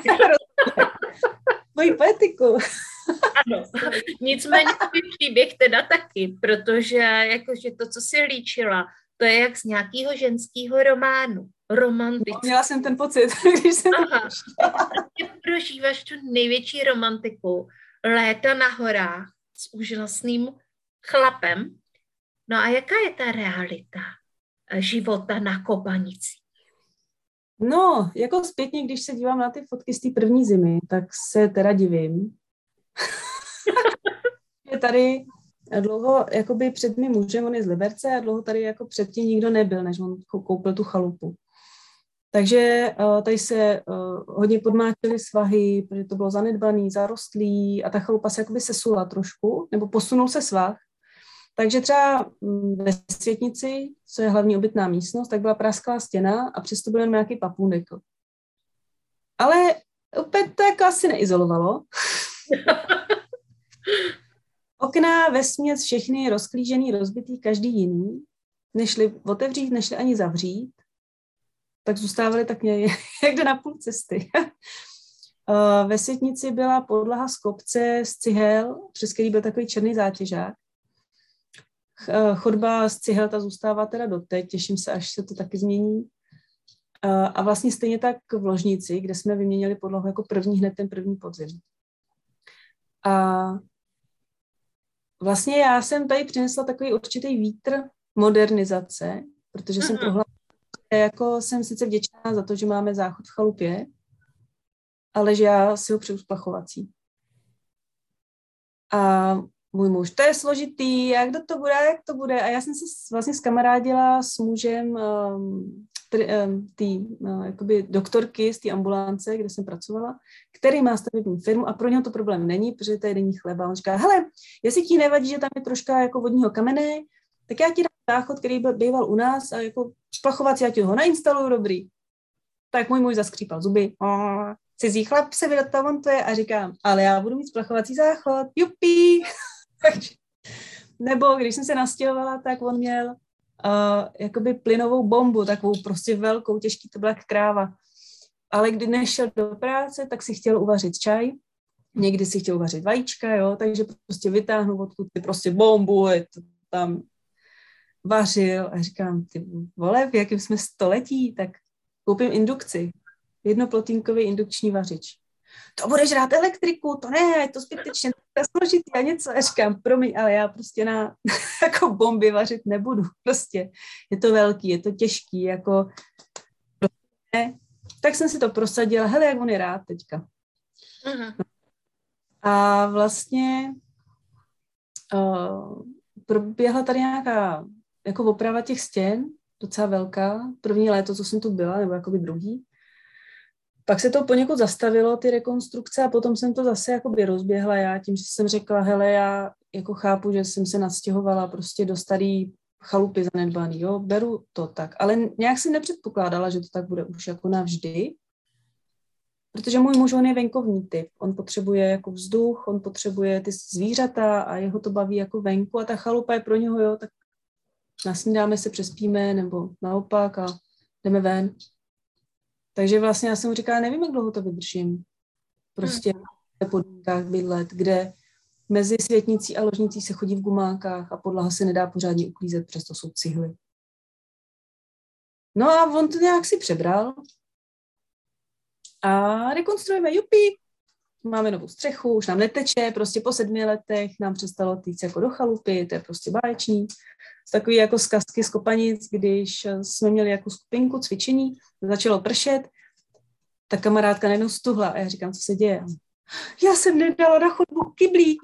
tvoji poetiku. Ano, nicméně tvůj příběh teda taky, protože jakože to, co jsi líčila, to je jak z nějakého ženského románu. Romantický. No, měla jsem ten pocit, když jsem Aha. Ty prožíváš tu největší romantiku. Léta na horách s úžasným chlapem. No a jaká je ta realita života na Kobanicích? No, jako zpětně, když se dívám na ty fotky z té první zimy, tak se teda divím. Je tady dlouho jakoby před mým mužem, on je z Liberce a dlouho tady jako předtím nikdo nebyl, než on koupil tu chalupu. Takže uh, tady se uh, hodně podmáčely svahy, protože to bylo zanedbaný, zarostlý a ta chalupa se jakoby sesula trošku, nebo posunul se svah. Takže třeba ve Světnici, co je hlavní obytná místnost, tak byla prasklá stěna a přesto byl jen nějaký papůnek. Ale opět to jako asi neizolovalo. Okna vesměs všechny rozklížený, rozbitý, každý jiný. Nešli otevřít, nešli ani zavřít. Tak zůstávali tak někde na půl cesty. Ve Světnici byla podlaha z kopce z cihel, přes který byl takový černý zátěžák. Chodba z cihel, ta zůstává teda doteď, těším se, až se to taky změní. A vlastně stejně tak v ložnici, kde jsme vyměnili podlahu jako první, hned ten první podzim. A vlastně já jsem tady přinesla takový určitý vítr modernizace, protože jsem prohlášila, jako jsem sice vděčná za to, že máme záchod v chalupě, ale že já si ho přeju splachovací. A můj muž, to je složitý, jak to bude, jak to bude. A já jsem se vlastně zkamarádila s mužem um, té uh, jakoby doktorky z té ambulance, kde jsem pracovala, který má stavební firmu a pro něho to problém není, protože tady není chleba. On říká, hele, jestli ti nevadí, že tam je troška jako vodního kamene, tak já ti dám záchod, který byl, býval u nás a jako splachovací, já ti ho nainstaluju, dobrý. Tak můj muž zaskřípal zuby. cizí chlap se vydatavantuje a říkám, ale já budu mít splachovací záchod, jupí. Nebo když jsem se nastěhovala, tak on měl uh, jakoby plynovou bombu, takovou prostě velkou, těžký, to byla jak kráva. Ale když nešel do práce, tak si chtěl uvařit čaj, někdy si chtěl uvařit vajíčka, jo, takže prostě vytáhnu odkud ty prostě bombu, je to tam vařil a říkám, ty vole, v jakém jsme století, tak koupím indukci, jednoplotínkový indukční vařič. To budeš rád elektriku, to ne, je to zbytečně, to je složitý a něco. A říkám, promiň, ale já prostě na jako bomby vařit nebudu, prostě. Je to velký, je to těžký, jako ne. Tak jsem si to prosadila, hele, jak on je rád teďka. Uh-huh. A vlastně uh, proběhla tady nějaká jako oprava těch stěn, docela velká, první léto, co jsem tu byla, nebo jakoby druhý. Pak se to poněkud zastavilo, ty rekonstrukce, a potom jsem to zase jakoby rozběhla já tím, že jsem řekla, hele, já jako chápu, že jsem se nastěhovala prostě do starý chalupy zanedbaný, jo, beru to tak, ale nějak jsem nepředpokládala, že to tak bude už jako navždy, protože můj muž, on je venkovní typ, on potřebuje jako vzduch, on potřebuje ty zvířata a jeho to baví jako venku a ta chalupa je pro něho, jo, tak nasnídáme se, přespíme, nebo naopak a jdeme ven. Takže vlastně já jsem mu říkala, nevím, jak dlouho to vydržím. Prostě v podmínkách bydlet, kde mezi světnicí a ložnicí se chodí v gumákách a podlaha se nedá pořádně uklízet, přesto jsou cihly. No a on to nějak si přebral a rekonstruujeme, jupi. Máme novou střechu, už nám neteče, prostě po sedmi letech nám přestalo týct jako do chalupy, to je prostě báječný. Takový jako zkazky z Kopanic, když jsme měli jako skupinku cvičení, začalo pršet, ta kamarádka najednou stuhla a já říkám, co se děje. Já jsem nedala na chodbu kyblík.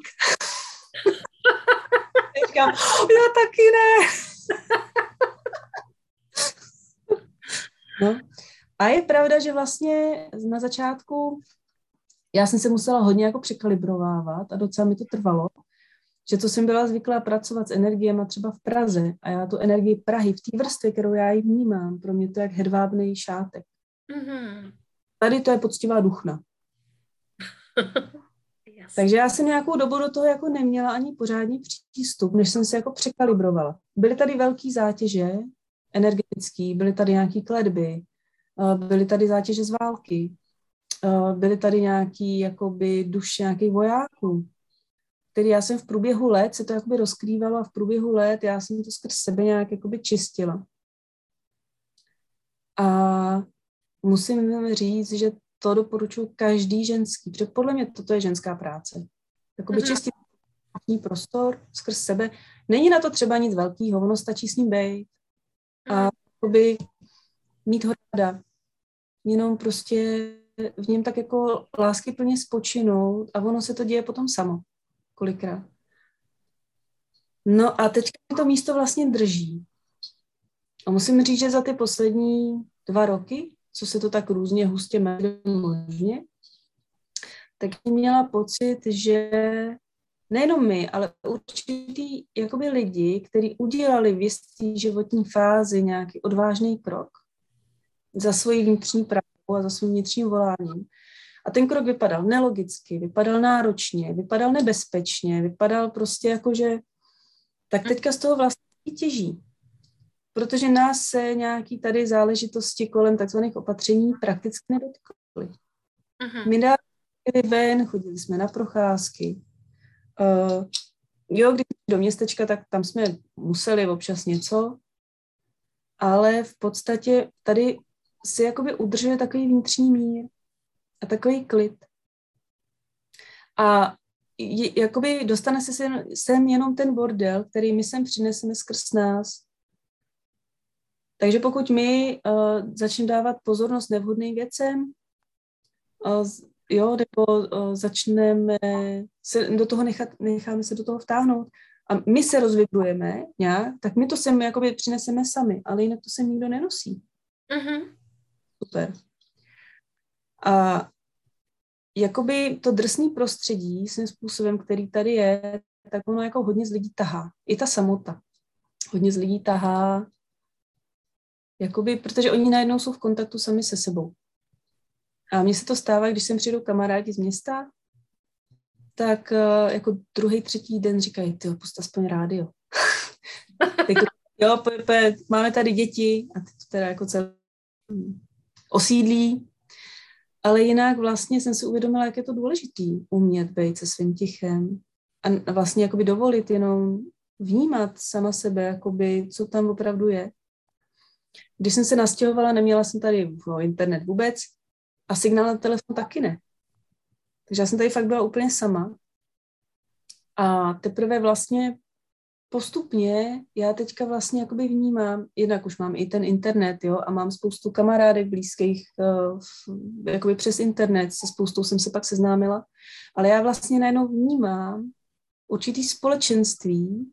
Já říkám, já taky ne. No. A je pravda, že vlastně na začátku já jsem se musela hodně jako překalibrovávat a docela mi to trvalo, že to jsem byla zvyklá pracovat s energiemi třeba v Praze a já tu energii Prahy v té vrstvě, kterou já ji vnímám, pro mě to je jak hedvábný šátek. Mm-hmm. Tady to je poctivá duchna. Yes. Takže já jsem nějakou dobu do toho jako neměla ani pořádný přístup, než jsem se jako překalibrovala. Byly tady velký zátěže energetický, byly tady nějaký kletby, byly tady zátěže z války, byly tady nějaký jakoby duš nějakých vojáků, který já jsem v průběhu let, se to jakoby rozkrývalo a v průběhu let já jsem to skrz sebe nějak jakoby čistila. A musím říct, že to doporučuji každý ženský, protože podle mě toto je ženská práce. Jakoby mm-hmm. čistit prostor skrz sebe. Není na to třeba nic velkýho, ono stačí s ním bejt a jakoby mít ho ráda. Jenom prostě v něm tak jako lásky plně spočinout a ono se to děje potom samo. Kolikrát. No a teďka to místo vlastně drží. A musím říct, že za ty poslední dva roky, co se to tak různě hustě jmenuje možně, tak jsem měla pocit, že nejenom my, ale určitý jakoby lidi, kteří udělali v jistý životní fázi nějaký odvážný krok za svoji vnitřní pravdu a za svým vnitřním voláním. A ten krok vypadal nelogicky, vypadal náročně, vypadal nebezpečně, vypadal prostě jako, že tak teďka z toho vlastně těží. Protože nás se nějaký tady záležitosti kolem takzvaných opatření prakticky nedotkly. Uh-huh. My dali ven, chodili jsme na procházky. Uh, jo, když do městečka, tak tam jsme museli občas něco, ale v podstatě tady si jakoby udržuje takový vnitřní mír a takový klid. A je, jakoby dostane se sem, sem jenom ten bordel, který my sem přineseme skrz nás. Takže pokud my uh, začneme dávat pozornost nevhodným věcem, uh, jo, nebo uh, začneme se do toho nechat, necháme se do toho vtáhnout a my se rozvibrujeme nějak, tak my to sem jakoby přineseme sami, ale jinak to sem nikdo nenosí. Uh-huh. Super. A jakoby to drsný prostředí svým způsobem, který tady je, tak ono jako hodně z lidí tahá. I ta samota. Hodně z lidí tahá, jakoby, protože oni najednou jsou v kontaktu sami se sebou. A mně se to stává, když sem přijdou kamarádi z města, tak uh, jako druhý, třetí den říkají, tyjo, pust aspoň rádio. Jako, jo, pe, pe, máme tady děti a ty to teda jako celé osídlí, ale jinak vlastně jsem si uvědomila, jak je to důležitý umět být se svým tichem a vlastně jakoby dovolit jenom vnímat sama sebe, jakoby, co tam opravdu je. Když jsem se nastěhovala, neměla jsem tady no, internet vůbec a signál na telefon taky ne. Takže já jsem tady fakt byla úplně sama. A teprve vlastně postupně já teďka vlastně jakoby vnímám, jednak už mám i ten internet, jo, a mám spoustu kamarádek blízkých uh, jakoby přes internet, se spoustou jsem se pak seznámila, ale já vlastně najednou vnímám určitý společenství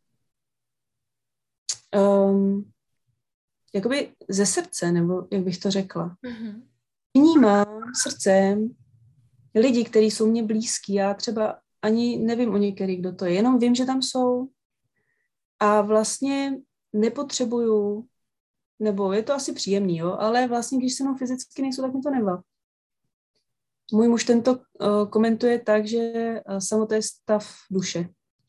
um, jakoby ze srdce, nebo jak bych to řekla. Mm-hmm. Vnímám srdcem lidi, kteří jsou mě blízký, já třeba ani nevím o některých, kdo to je, jenom vím, že tam jsou. A vlastně nepotřebuju, nebo je to asi příjemný, jo, ale vlastně, když se mnou fyzicky nejsou, tak mi to nevá. Můj muž tento uh, komentuje tak, že uh, samota je stav duše.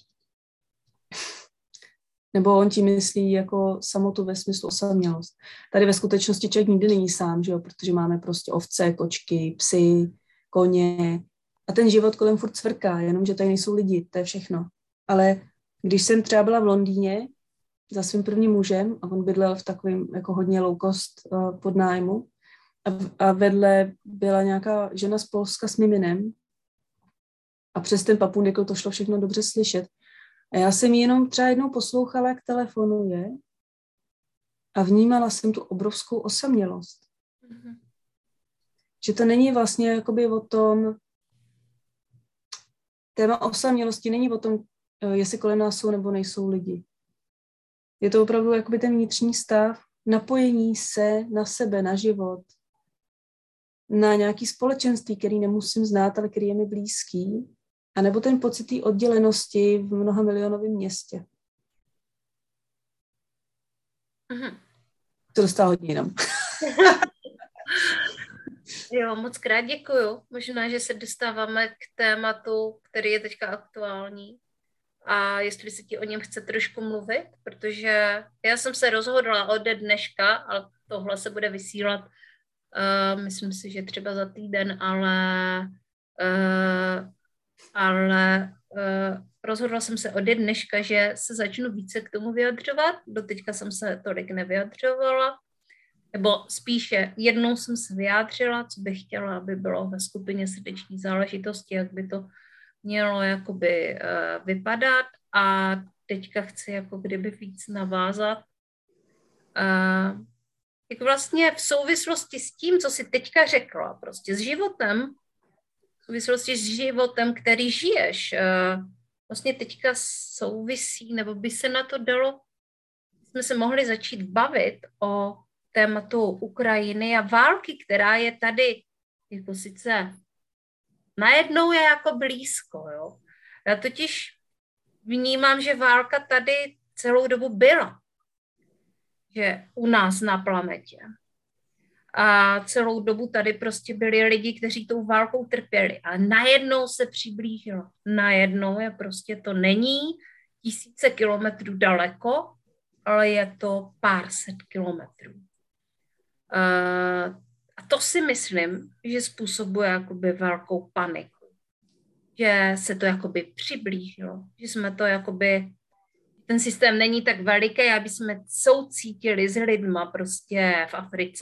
Nebo on tím myslí jako samotu ve smyslu osamělost. Tady ve skutečnosti člověk nikdy není sám, že jo, protože máme prostě ovce, kočky, psy, koně a ten život kolem furt cvrká, jenomže tady nejsou lidi, to je všechno. Ale když jsem třeba byla v Londýně za svým prvním mužem a on bydlel v takovém jako hodně low cost uh, podnájmu a, a vedle byla nějaká žena z Polska s miminem a přes ten papundekl to šlo všechno dobře slyšet. A já jsem ji jenom třeba jednou poslouchala, jak telefonuje a vnímala jsem tu obrovskou osamělost. Mm-hmm. Že to není vlastně jakoby o tom, téma osamělosti není o tom, jestli kolem nás jsou nebo nejsou lidi. Je to opravdu jakoby ten vnitřní stav, napojení se na sebe, na život, na nějaký společenství, který nemusím znát, ale který je mi blízký, a nebo ten pocit té oddělenosti v mnoha milionovém městě. Mm-hmm. To dostala hodně jinam. Jo, moc krát děkuju. Možná, že se dostáváme k tématu, který je teďka aktuální. A jestli si ti o něm chce trošku mluvit, protože já jsem se rozhodla ode dneška, ale tohle se bude vysílat, uh, myslím si, že třeba za týden, ale, uh, ale uh, rozhodla jsem se ode dneška, že se začnu více k tomu vyjadřovat. Doteďka jsem se tolik nevyjadřovala. Nebo spíše jednou jsem se vyjádřila, co bych chtěla, aby bylo ve skupině srdeční záležitosti, jak by to mělo jakoby uh, vypadat, a teďka chci jako kdyby víc navázat. Uh, jak vlastně v souvislosti s tím, co jsi teďka řekla, prostě s životem, v souvislosti s životem, který žiješ, uh, vlastně teďka souvisí, nebo by se na to dalo, jsme se mohli začít bavit o tématu Ukrajiny a války, která je tady jako sice najednou je jako blízko, jo. Já totiž vnímám, že válka tady celou dobu byla. Že u nás na planetě. A celou dobu tady prostě byli lidi, kteří tou válkou trpěli. A najednou se přiblížilo. Najednou je prostě to není tisíce kilometrů daleko, ale je to pár set kilometrů. Uh, A to si myslím, že způsobuje jakoby velkou paniku. Že se to jakoby přiblížilo. Že jsme to jakoby, ten systém není tak veliký, aby jsme soucítili s lidma prostě v Africe.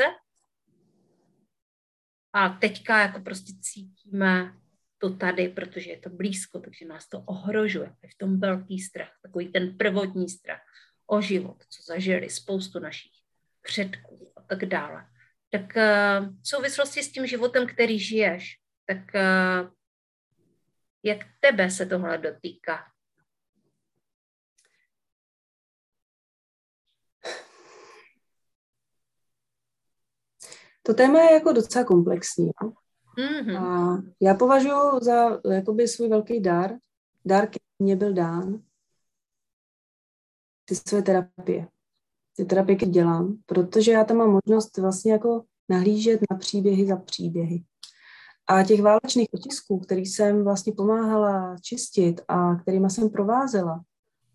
A teďka jako prostě cítíme to tady, protože je to blízko, takže nás to ohrožuje. Je v tom velký strach, takový ten prvotní strach o život, co zažili spoustu našich předků a tak dále. Tak uh, v souvislosti s tím životem, který žiješ, tak uh, jak tebe se tohle dotýká? To téma je jako docela komplexní. Mm-hmm. A já považuji za jakoby svůj velký dar, dar, který mě byl dán, ty své terapie. Ty terapie, které dělám, protože já tam mám možnost vlastně jako nahlížet na příběhy za příběhy. A těch válečných otisků, který jsem vlastně pomáhala čistit a kterýma jsem provázela,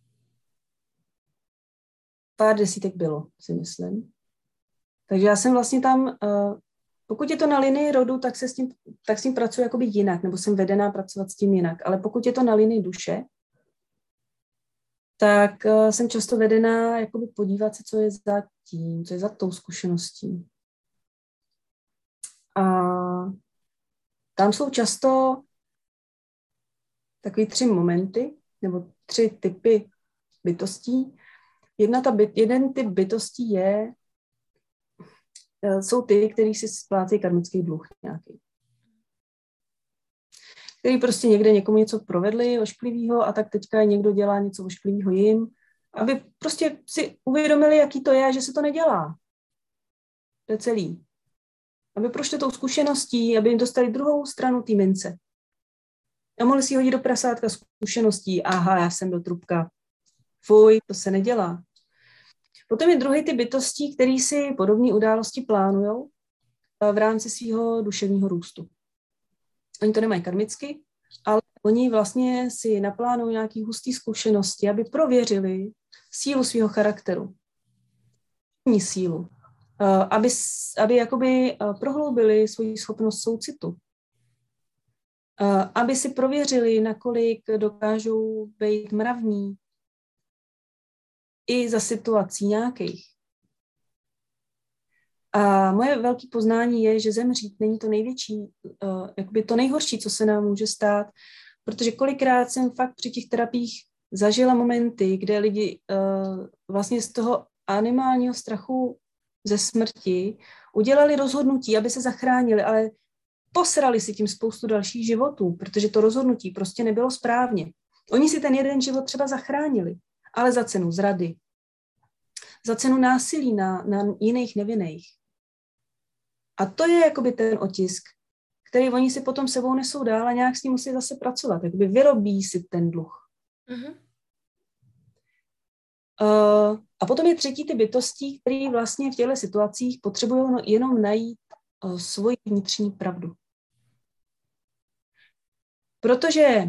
pár desítek bylo, si myslím. Takže já jsem vlastně tam, pokud je to na linii rodu, tak se s tím, tak s tím pracuji jakoby jinak, nebo jsem vedená pracovat s tím jinak. Ale pokud je to na linii duše, tak jsem často vedená jakoby podívat se, co je za tím, co je za tou zkušeností. A tam jsou často takový tři momenty, nebo tři typy bytostí. Jedna ta byt, jeden typ bytostí je, jsou ty, kteří si splácejí karmický dluh nějaký. Který prostě někde někomu něco provedli ošklivýho a tak teďka někdo dělá něco ošklivýho jim, aby prostě si uvědomili, jaký to je, že se to nedělá. To je celý. Aby prošli tou zkušeností, aby jim dostali druhou stranu té mince. A mohli si hodit do prasátka zkušeností. Aha, já jsem byl trubka. Fuj, to se nedělá. Potom je druhý typ bytostí, který si podobné události plánujou v rámci svého duševního růstu. Oni to nemají karmicky, ale oni vlastně si naplánují nějaké husté zkušenosti, aby prověřili sílu svého charakteru. Sílu. Aby, aby jakoby prohloubili svoji schopnost soucitu. Aby si prověřili, nakolik dokážou být mravní i za situací nějakých. A moje velké poznání je, že zemřít není to největší, jakoby to nejhorší, co se nám může stát, protože kolikrát jsem fakt při těch terapiích zažila momenty, kde lidi vlastně z toho animálního strachu ze smrti udělali rozhodnutí, aby se zachránili, ale posrali si tím spoustu dalších životů, protože to rozhodnutí prostě nebylo správně. Oni si ten jeden život třeba zachránili, ale za cenu zrady, za cenu násilí na, na jiných nevinných. A to je jakoby ten otisk, který oni si potom sebou nesou dál a nějak s ním musí zase pracovat, jakoby vyrobí si ten dluh. Mm-hmm. Uh, a potom je třetí ty bytostí, které vlastně v těchto situacích potřebují jenom najít uh, svoji vnitřní pravdu. Protože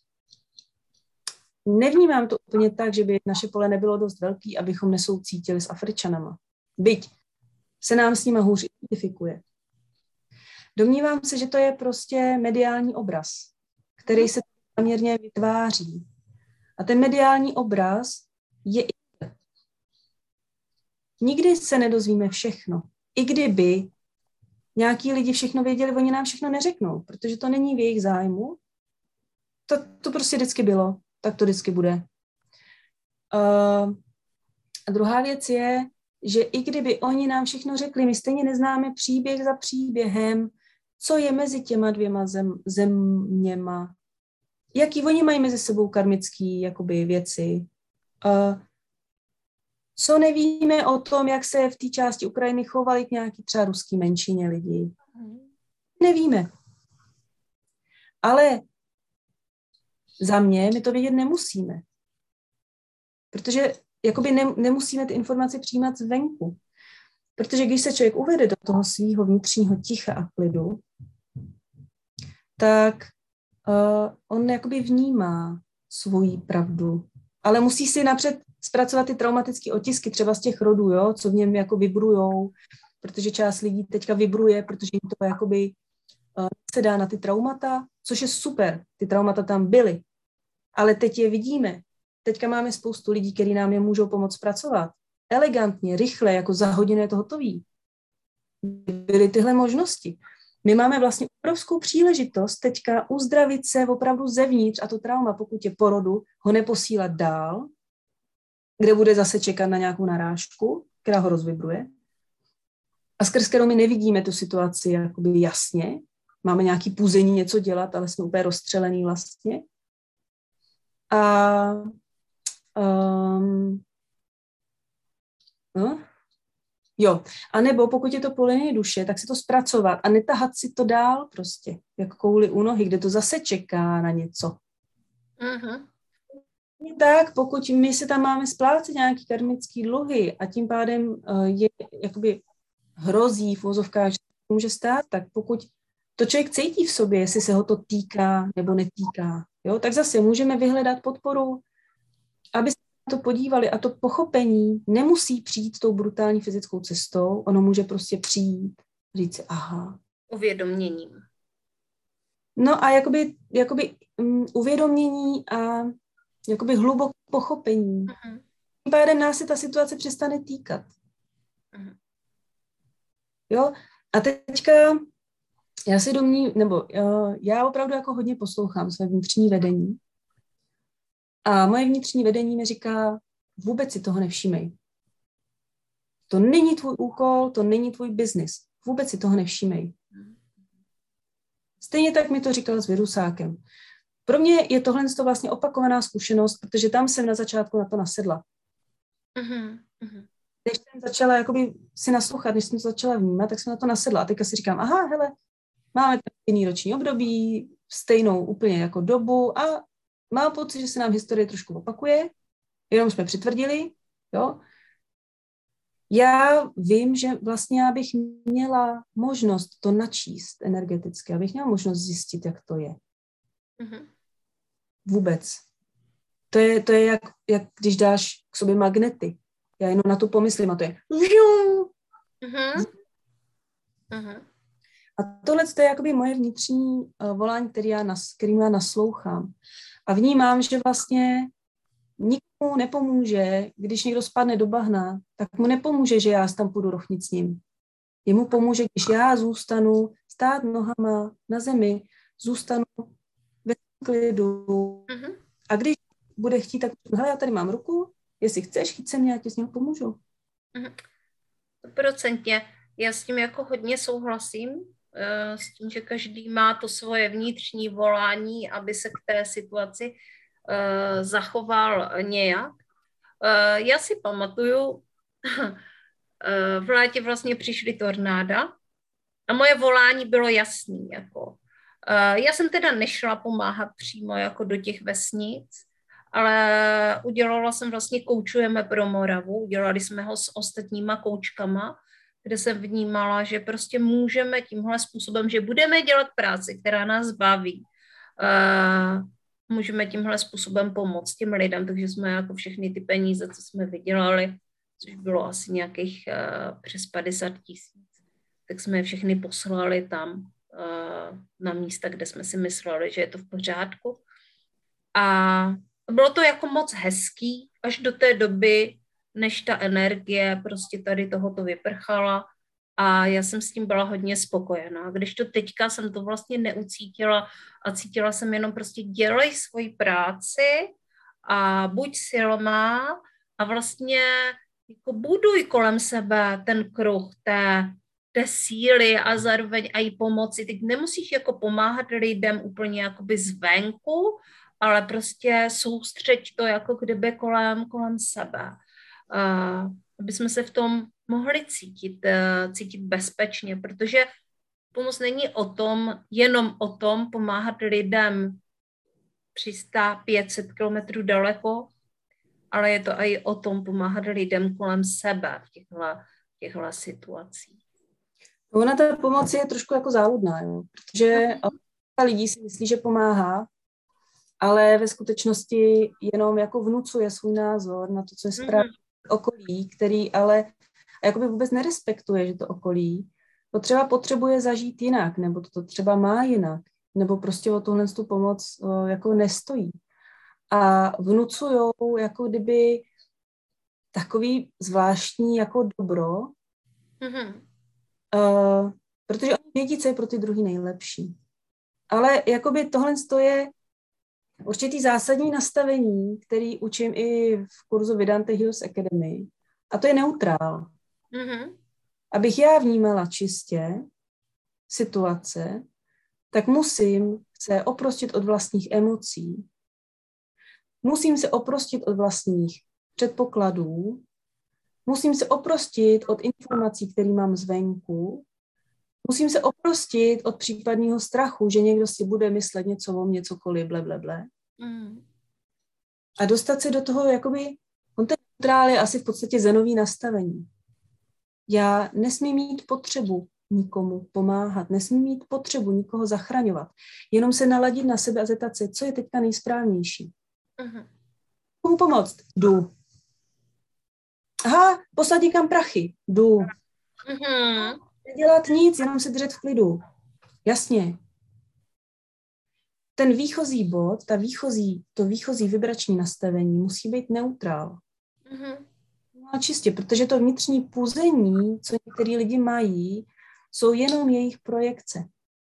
nevnímám to úplně tak, že by naše pole nebylo dost velký, abychom nesoucítili s Afričanama. Byť se nám s nima hůř identifikuje. Domnívám se, že to je prostě mediální obraz, který se záměrně vytváří. A ten mediální obraz je i nikdy se nedozvíme všechno. I kdyby nějaký lidi všechno věděli, oni nám všechno neřeknou, protože to není v jejich zájmu. To, to prostě vždycky bylo, tak to vždycky bude. Uh, a druhá věc je, že i kdyby oni nám všechno řekli, my stejně neznáme příběh za příběhem, co je mezi těma dvěma zem, zeměma, jaký oni mají mezi sebou karmický jakoby, věci. Uh, co nevíme o tom, jak se v té části Ukrajiny chovali k nějaký třeba ruský menšině lidí. Nevíme. Ale za mě my to vědět nemusíme. Protože jakoby ne, nemusíme ty informace přijímat zvenku. Protože když se člověk uvede do toho svého vnitřního ticha a klidu, tak uh, on jakoby vnímá svoji pravdu. Ale musí si napřed zpracovat ty traumatické otisky, třeba z těch rodů, jo, co v něm jako vibrujou, protože část lidí teďka vibruje, protože jim to jakoby uh, se dá na ty traumata, což je super, ty traumata tam byly. Ale teď je vidíme. Teďka máme spoustu lidí, kteří nám je můžou pomoct pracovat. Elegantně, rychle, jako za hodinu je to hotový. Byly tyhle možnosti. My máme vlastně obrovskou příležitost teďka uzdravit se opravdu zevnitř a to trauma, pokud je porodu, ho neposílat dál, kde bude zase čekat na nějakou narážku, která ho rozvibruje. A skrz kterou my nevidíme tu situaci jakoby jasně. Máme nějaký puzení něco dělat, ale jsme úplně rozstřelený vlastně. A um, no, jo, a nebo pokud je to po linii duše, tak si to zpracovat a netahat si to dál prostě, jako kouli u nohy, kde to zase čeká na něco. Uh-huh. Tak, pokud my se tam máme splácet nějaký karmický dluhy a tím pádem uh, je jakoby hrozí v uvozovkách, že to může stát, tak pokud to člověk cítí v sobě, jestli se ho to týká nebo netýká, jo, tak zase můžeme vyhledat podporu, aby se na to podívali a to pochopení nemusí přijít tou brutální fyzickou cestou, ono může prostě přijít, říct si, aha. Uvědoměním. No a jakoby, jakoby um, uvědomění a jakoby hluboké pochopení. Uh-huh. Tím pádem nás se ta situace přestane týkat. Uh-huh. Jo? A teďka já si domní, nebo uh, já opravdu jako hodně poslouchám své vnitřní vedení. A moje vnitřní vedení mi říká, vůbec si toho nevšímej. To není tvůj úkol, to není tvůj biznis. Vůbec si toho nevšímej. Stejně tak mi to říkal s virusákem. Pro mě je tohle vlastně opakovaná zkušenost, protože tam jsem na začátku na to nasedla. Uh-huh. Uh-huh. Když jsem začala jakoby si naslouchat, když jsem to začala vnímat, tak jsem na to nasedla. A teďka si říkám, aha, hele, máme stejný roční období, stejnou úplně jako dobu a mám pocit, že se nám historie trošku opakuje, jenom jsme přitvrdili, jo. Já vím, že vlastně já bych měla možnost to načíst energeticky, abych měla možnost zjistit, jak to je. Uh-huh. Vůbec. To je, to je jak, jak když dáš k sobě magnety. Já jenom na to pomyslím a to je uh-huh. Uh-huh. A tohle je jakoby moje vnitřní uh, volání, který já nas, kterým já naslouchám. A vnímám, že vlastně nikomu nepomůže, když někdo spadne do bahna, tak mu nepomůže, že já tam půjdu rochnit s ním. Jemu pomůže, když já zůstanu stát nohama na zemi, zůstanu ve klidu. Uh-huh. A když bude chtít, tak hele, já tady mám ruku, jestli chceš, chyť se mě, já ti s ním pomůžu. Uh-huh. Procentně. Já s tím jako hodně souhlasím, s tím, že každý má to svoje vnitřní volání, aby se k té situaci uh, zachoval nějak. Uh, já si pamatuju, uh, v létě vlastně přišly tornáda a moje volání bylo jasný. Jako. Uh, já jsem teda nešla pomáhat přímo jako do těch vesnic, ale udělala jsem vlastně Koučujeme pro Moravu, udělali jsme ho s ostatníma koučkama, kde jsem vnímala, že prostě můžeme tímhle způsobem, že budeme dělat práci, která nás baví, uh, můžeme tímhle způsobem pomoct těm lidem, takže jsme jako všechny ty peníze, co jsme vydělali, což bylo asi nějakých uh, přes padesát tisíc, tak jsme je všechny poslali tam uh, na místa, kde jsme si mysleli, že je to v pořádku. A bylo to jako moc hezký, až do té doby, než ta energie prostě tady tohoto vyprchala a já jsem s tím byla hodně spokojená. Když to teďka jsem to vlastně neucítila a cítila jsem jenom prostě dělej svoji práci a buď silná a vlastně jako buduj kolem sebe ten kruh té, té síly a zároveň i pomoci. Teď nemusíš jako pomáhat lidem úplně jakoby zvenku, ale prostě soustřeď to jako kdyby kolem, kolem sebe. Uh, aby jsme se v tom mohli cítit, uh, cítit bezpečně, protože pomoc není o tom, jenom o tom pomáhat lidem tři sta pět set kilometrů daleko, ale je to i o tom pomáhat lidem kolem sebe v těchto, těchto situacích. Ona ta pomoc je trošku jako záludná, jo? Protože lidí si myslí, že pomáhá, ale ve skutečnosti jenom jako vnucuje svůj názor na to, co je správně okolí, který ale jakoby vůbec nerespektuje, že to okolí to třeba potřebuje zažít jinak, nebo to, to třeba má jinak, nebo prostě o tohle tu pomoc o, jako nestojí. A vnucujou jako kdyby takový zvláštní jako dobro, mm-hmm. uh, protože oni vědí, co je pro ty druhý nejlepší. Ale jakoby tohle je určitý zásadní nastavení, který učím i v kurzu Vedanta Heals Academy. A to je neutrál. Mm-hmm. Abych já vnímala čistě situace, tak musím se oprostit od vlastních emocí. Musím se oprostit od vlastních předpokladů. Musím se oprostit od informací, které mám zvenku. Musím se oprostit od případného strachu, že někdo si bude myslet něco o mně, cokoliv, bleblble. Mm. A dostat se do toho, jakoby, on ten neutrál je asi v podstatě zenový nastavení. Já nesmím mít potřebu nikomu pomáhat, nesmím mít potřebu nikoho zachraňovat. Jenom se naladit na sebe a zeptat se, co je teďka nejsprávnější. Uh-huh. Komu pomoct? Jdu. Aha, poslat někam prachy? Jdu. Uh-huh. Nedělat nic, jenom se držet v klidu. Jasně. Ten výchozí bod, ta výchozí, to výchozí vibrační nastavení musí být neutrál. Uh-huh. No čistě, protože to vnitřní puzení, co některý lidi mají, jsou jenom jejich projekce.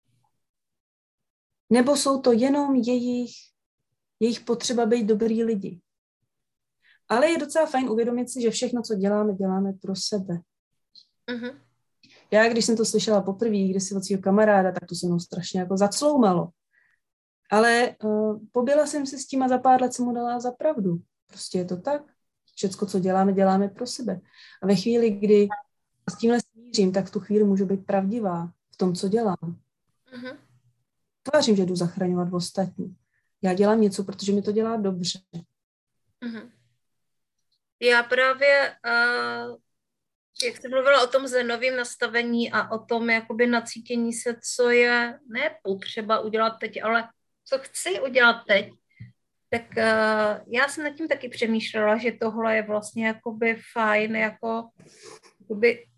Nebo jsou to jenom jejich, jejich potřeba být dobrý lidi. Ale je docela fajn uvědomit si, že všechno, co děláme, děláme pro sebe. Uh-huh. Já, když jsem to slyšela poprvé, když si od svého kamaráda, tak to se mnou strašně jako zacloumalo. Ale uh, pobila jsem se s tím a za pár let jsem mu dala za pravdu. Prostě je to tak. Všecko, co děláme, děláme pro sebe. A ve chvíli, kdy s tímhle smířím, tak v tu chvíli můžu být pravdivá v tom, co dělám. Uh-huh. Tvářím, že jdu zachraňovat ostatní. Já dělám něco, protože mi to dělá dobře. Uh-huh. Já právě, uh, jak jsem mluvila o tom zenovém nastavení a o tom jakoby nacítění se, co je ne potřeba udělat teď, ale co chci udělat teď, tak uh, já jsem nad tím taky přemýšlela, že tohle je vlastně jakoby fajn, jako jakoby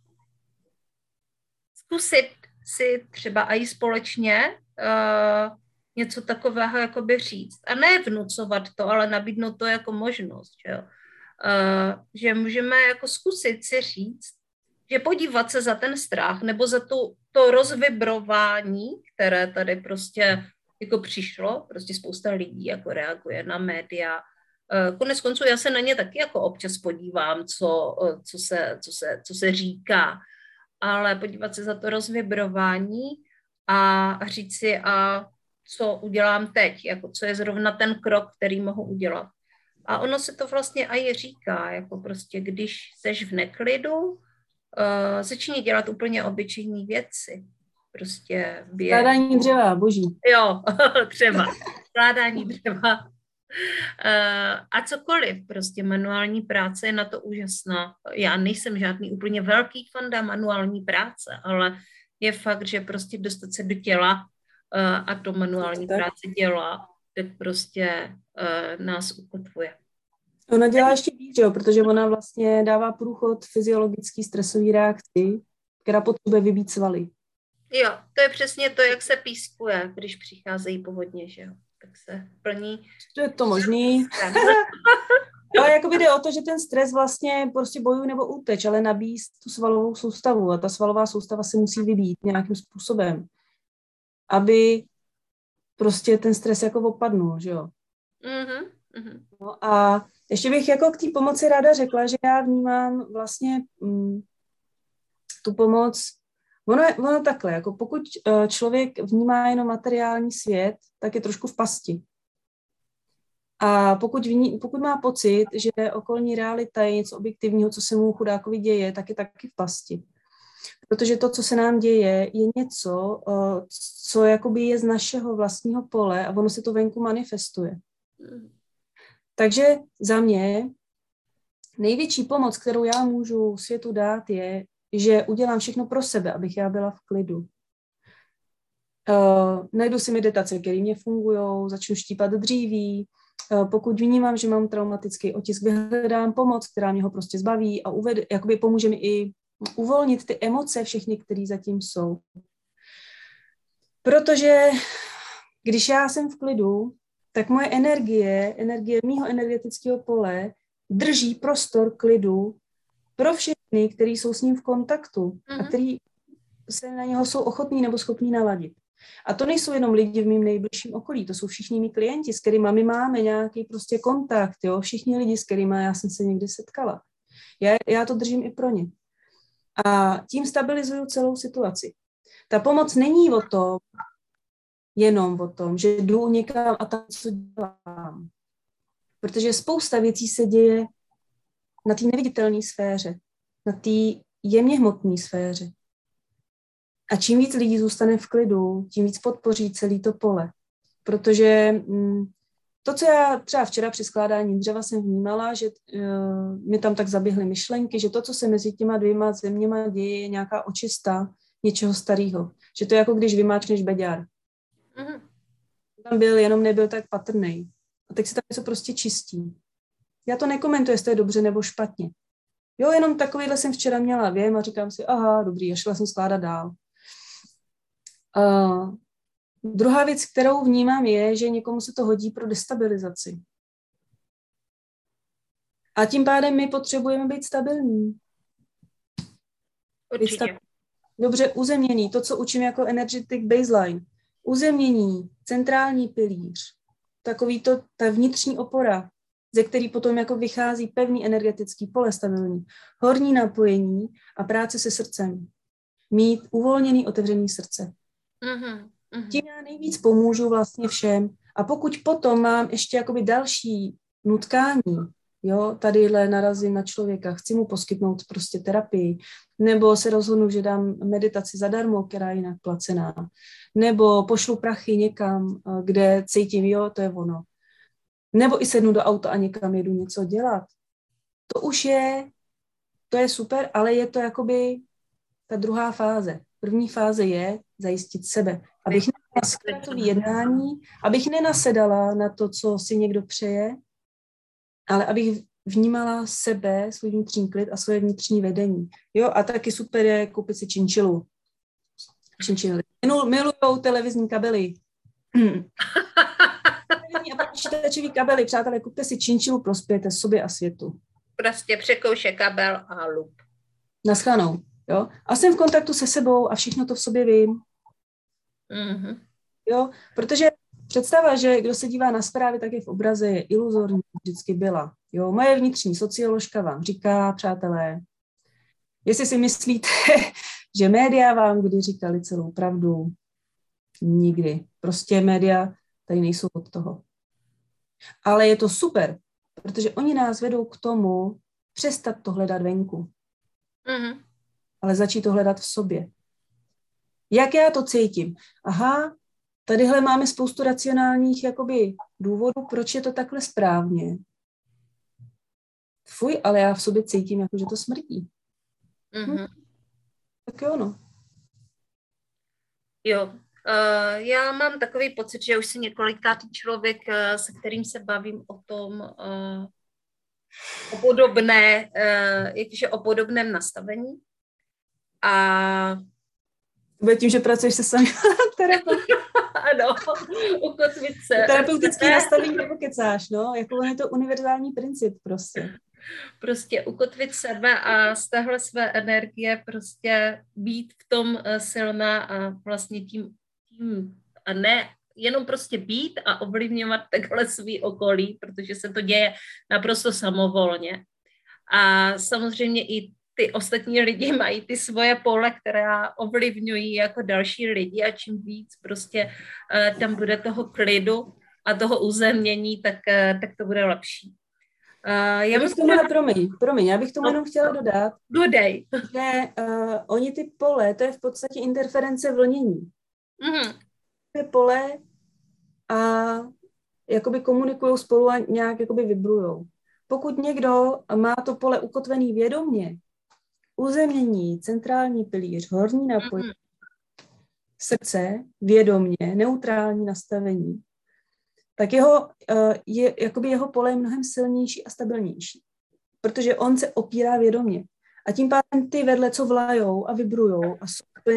zkusit si třeba i společně uh, něco takového jakoby říct. A ne vnucovat to, ale nabídnout to jako možnost, že jo. Uh, že můžeme jako zkusit si říct, že podívat se za ten strach nebo za tu, to rozvibrování, které tady prostě jako přišlo, prostě spousta lidí jako reaguje na média. Uh, konec konců já se na ně taky jako občas podívám, co, co, se, co, se, co se říká, ale podívat se za to rozvibrování a říct si, a co udělám teď, jako co je zrovna ten krok, který mohu udělat. A ono se to vlastně i říká, jako prostě, když seš v neklidu, uh, začni dělat úplně obyčejné věci. Prostě běh. Skládání dřeva, boží. Jo, třeba. Skládání dřeva. Uh, a cokoliv, prostě manuální práce je na to úžasná. Já nejsem žádný úplně velký fanda manuální práce, ale je fakt, že prostě dostat se do těla uh, a to manuální to práce dělá, tak prostě uh, nás ukotvuje. Ona dělá ještě víc, jo, protože ona vlastně dává průchod fyziologický stresový reakci, která potřebuje vybít svaly. Jo, to je přesně to, jak se pískuje, když přicházejí povodně, že jo. Tak se plní. To je to možný. Ale jakoby jde o to, že ten stres vlastně prostě bojuj nebo úteč, ale nabíjí tu svalovou soustavu a ta svalová soustava se musí vybít nějakým způsobem, aby prostě ten stres jako opadnul, že jo. Mm-hmm. Mm-hmm. No a ještě bych jako k té pomoci ráda řekla, že já vnímám vlastně mm, tu pomoc, ono, je, ono takhle, jako pokud uh, člověk vnímá jenom materiální svět, tak je trošku v pasti. A pokud, vní, pokud má pocit, že okolní realita je něco objektivního, co se mu chudákovi děje, tak je taky v pasti. Protože to, co se nám děje, je něco, uh, co jakoby je z našeho vlastního pole a ono se to venku manifestuje. Mm. Takže za mě největší pomoc, kterou já můžu světu dát, je, že udělám všechno pro sebe, abych já byla v klidu. Uh, najdu si meditace, které mě fungují, začnu štípat dříví. Uh, pokud vnímám, že mám traumatický otisk, vyhledám pomoc, která mě ho prostě zbaví a uved, jakoby pomůže mi i uvolnit ty emoce všechny, které zatím jsou. Protože když já jsem v klidu, tak moje energie, energie mýho energetického pole drží prostor klidu pro všechny, kteří jsou s ním v kontaktu mm-hmm. a kteří se na něho jsou ochotní nebo schopní naladit. A to nejsou jenom lidi v mým nejbližším okolí, to jsou všichni mý klienti, s kterými my máme nějaký prostě kontakt, jo? Všichni lidi, s kterými já jsem se někdy setkala. Já, já to držím i pro ně. A tím stabilizuju celou situaci. Ta pomoc není o tom, jenom o tom, že jdu někam a tam co dělám. Protože spousta věcí se děje na té neviditelné sféře, na té jemně hmotné sféře. A čím víc lidí zůstane v klidu, tím víc podpoří celé to pole. Protože mm, to, co já třeba včera při skládání dřeva jsem vnímala, že uh, mi tam tak zaběhly myšlenky, že to, co se mezi těma dvěma zeměma děje, je nějaká očista něčeho starého. Že to je jako když vymáčkneš beďar. Mm. Tam byl, jenom nebyl tak patrnej. A teď se tam něco prostě čistí. Já to nekomentuji, jestli to je dobře nebo špatně. Jo, jenom takovýhle jsem včera měla věm a říkám si, aha, dobrý, a šla jsem skládat dál. Uh, druhá věc, kterou vnímám, je, že někomu se to hodí pro destabilizaci. A tím pádem my potřebujeme být stabilní. Určitě. Být dobře uzemněný. To, co učím jako energetic baseline. Uzemnění, centrální pilíř, takový to, ta vnitřní opora, ze který potom jako vychází pevný energetický pole stabilní, horní napojení a práce se srdcem. Mít uvolněný, otevřený srdce. Mm-hmm. Mm-hmm. Tím já nejvíc pomůžu vlastně všem. A pokud potom mám ještě jakoby další nutkání, jo, tadyhle narazím na člověka, chci mu poskytnout prostě terapii, nebo se rozhodnu, že dám meditaci zadarmo, která je jinak placená, nebo pošlu prachy někam, kde cítím, jo, to je ono. Nebo i sednu do auta a někam jedu něco dělat. To už je, to je super, ale je to jakoby ta druhá fáze. První fáze je zajistit sebe. Abych neměla zkrátový jednání, abych nenasedala na to, co si někdo přeje, ale abych vnímala sebe, svůj vnitřní klid a svoje vnitřní vedení. Jo, a taky super je koupit si činčilu. Činčily. Milujou televizní kabely. A počítačový kabely, přátelé, kupte si činčilu, prospějte sobě a světu. Prostě překouše kabel a lup. Naschledanou, jo. A jsem v kontaktu se sebou a všechno to v sobě vím. Mm-hmm. Jo, protože představa, že kdo se dívá na zprávy, tak je v obraze, je iluzorní, vždycky byla. Jo, moje vnitřní socioložka vám říká, přátelé, jestli si myslíte, že média vám kdy říkali celou pravdu, nikdy. Prostě média tady nejsou od toho. Ale je to super, protože oni nás vedou k tomu přestat to hledat venku. Mm-hmm. Ale začít to hledat v sobě. Jak já to cítím? Aha, tadyhle máme spoustu racionálních jakoby důvodů, proč je to takhle správně. Fuj, ale já v sobě cítím, jako, že to smrdí. Mm-hmm. Hm. Tak jo, no. Jo. Uh, já mám takový pocit, že už si několikátý člověk, uh, se kterým se bavím o tom, uh, o podobné, uh, jakže o podobném nastavení. A bude tím, že pracuješ se sami terapeutem. Ano, ukotvit se. Terapeutický nastavení nebo kecáš, no, jako je to univerzální princip prostě. Prostě ukotvit sebe a z téhle své energie prostě být v tom silná a vlastně tím, tím a ne jenom prostě být a ovlivňovat takhle svý okolí, protože se to děje naprosto samovolně. A samozřejmě i ty ostatní lidi mají ty svoje pole, která ovlivňují jako další lidi a čím víc prostě uh, tam bude toho klidu a toho uzemnění, tak, uh, tak to bude lepší. Uh, já já bych tomu, na... promiň, promiň, já bych tomu no, jenom chtěla dodat, dodej. že uh, oni ty pole, to je v podstatě interference vlnění. Mm-hmm. Ty pole a jakoby komunikují spolu a nějak jakoby vibrujou. Pokud někdo má to pole ukotvený vědomě, uzemnění, centrální pilíř, horní napojení, srdce, vědomě, neutrální nastavení, tak jeho, je, jakoby jeho pole je mnohem silnější a stabilnější. Protože on se opírá vědomě. A tím pádem ty vedle, co vlajou a vibrujou a jsou,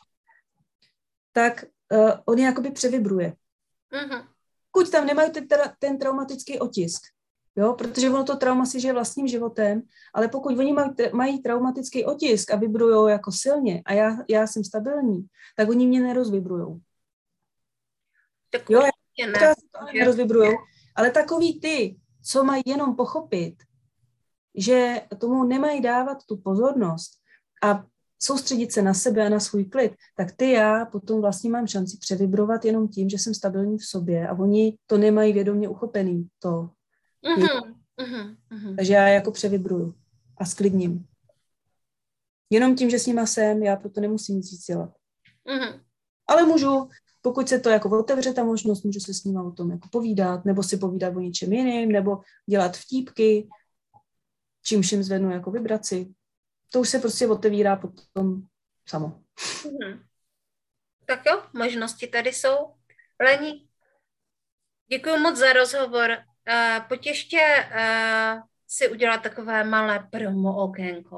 tak uh, on je jakoby převibruje. Mm-hmm. Pokud tam nemají ten, ten traumatický otisk, jo, protože ono to trauma si žije vlastním životem, ale pokud oni mají, mají traumatický otisk a vibrujou jako silně a já, já jsem stabilní, tak oni mě nerozvibrujou. Tak jo, já ne, to nerozvibrujou, ale takový ty, co mají jenom pochopit, že tomu nemají dávat tu pozornost a soustředit se na sebe a na svůj klid, tak ty já potom vlastně mám šanci převibrovat jenom tím, že jsem stabilní v sobě a oni to nemají vědomě uchopený, to. Uhum, uhum, uhum. Takže já jako převibruju a sklidním. Jenom tím, že s nima jsem, já proto nemusím nic dělat. Uhum. Ale můžu, pokud se to jako otevře ta možnost, může se s nima o tom jako povídat, nebo si povídat o něčem jiným, nebo dělat vtípky, čímž jim zvednu jako vibraci. To už se prostě otevírá potom samo. Hmm. Tak jo, možnosti tady jsou. Lení, děkuji moc za rozhovor. Uh, pojď ještě uh, si udělat takové malé promo okénko.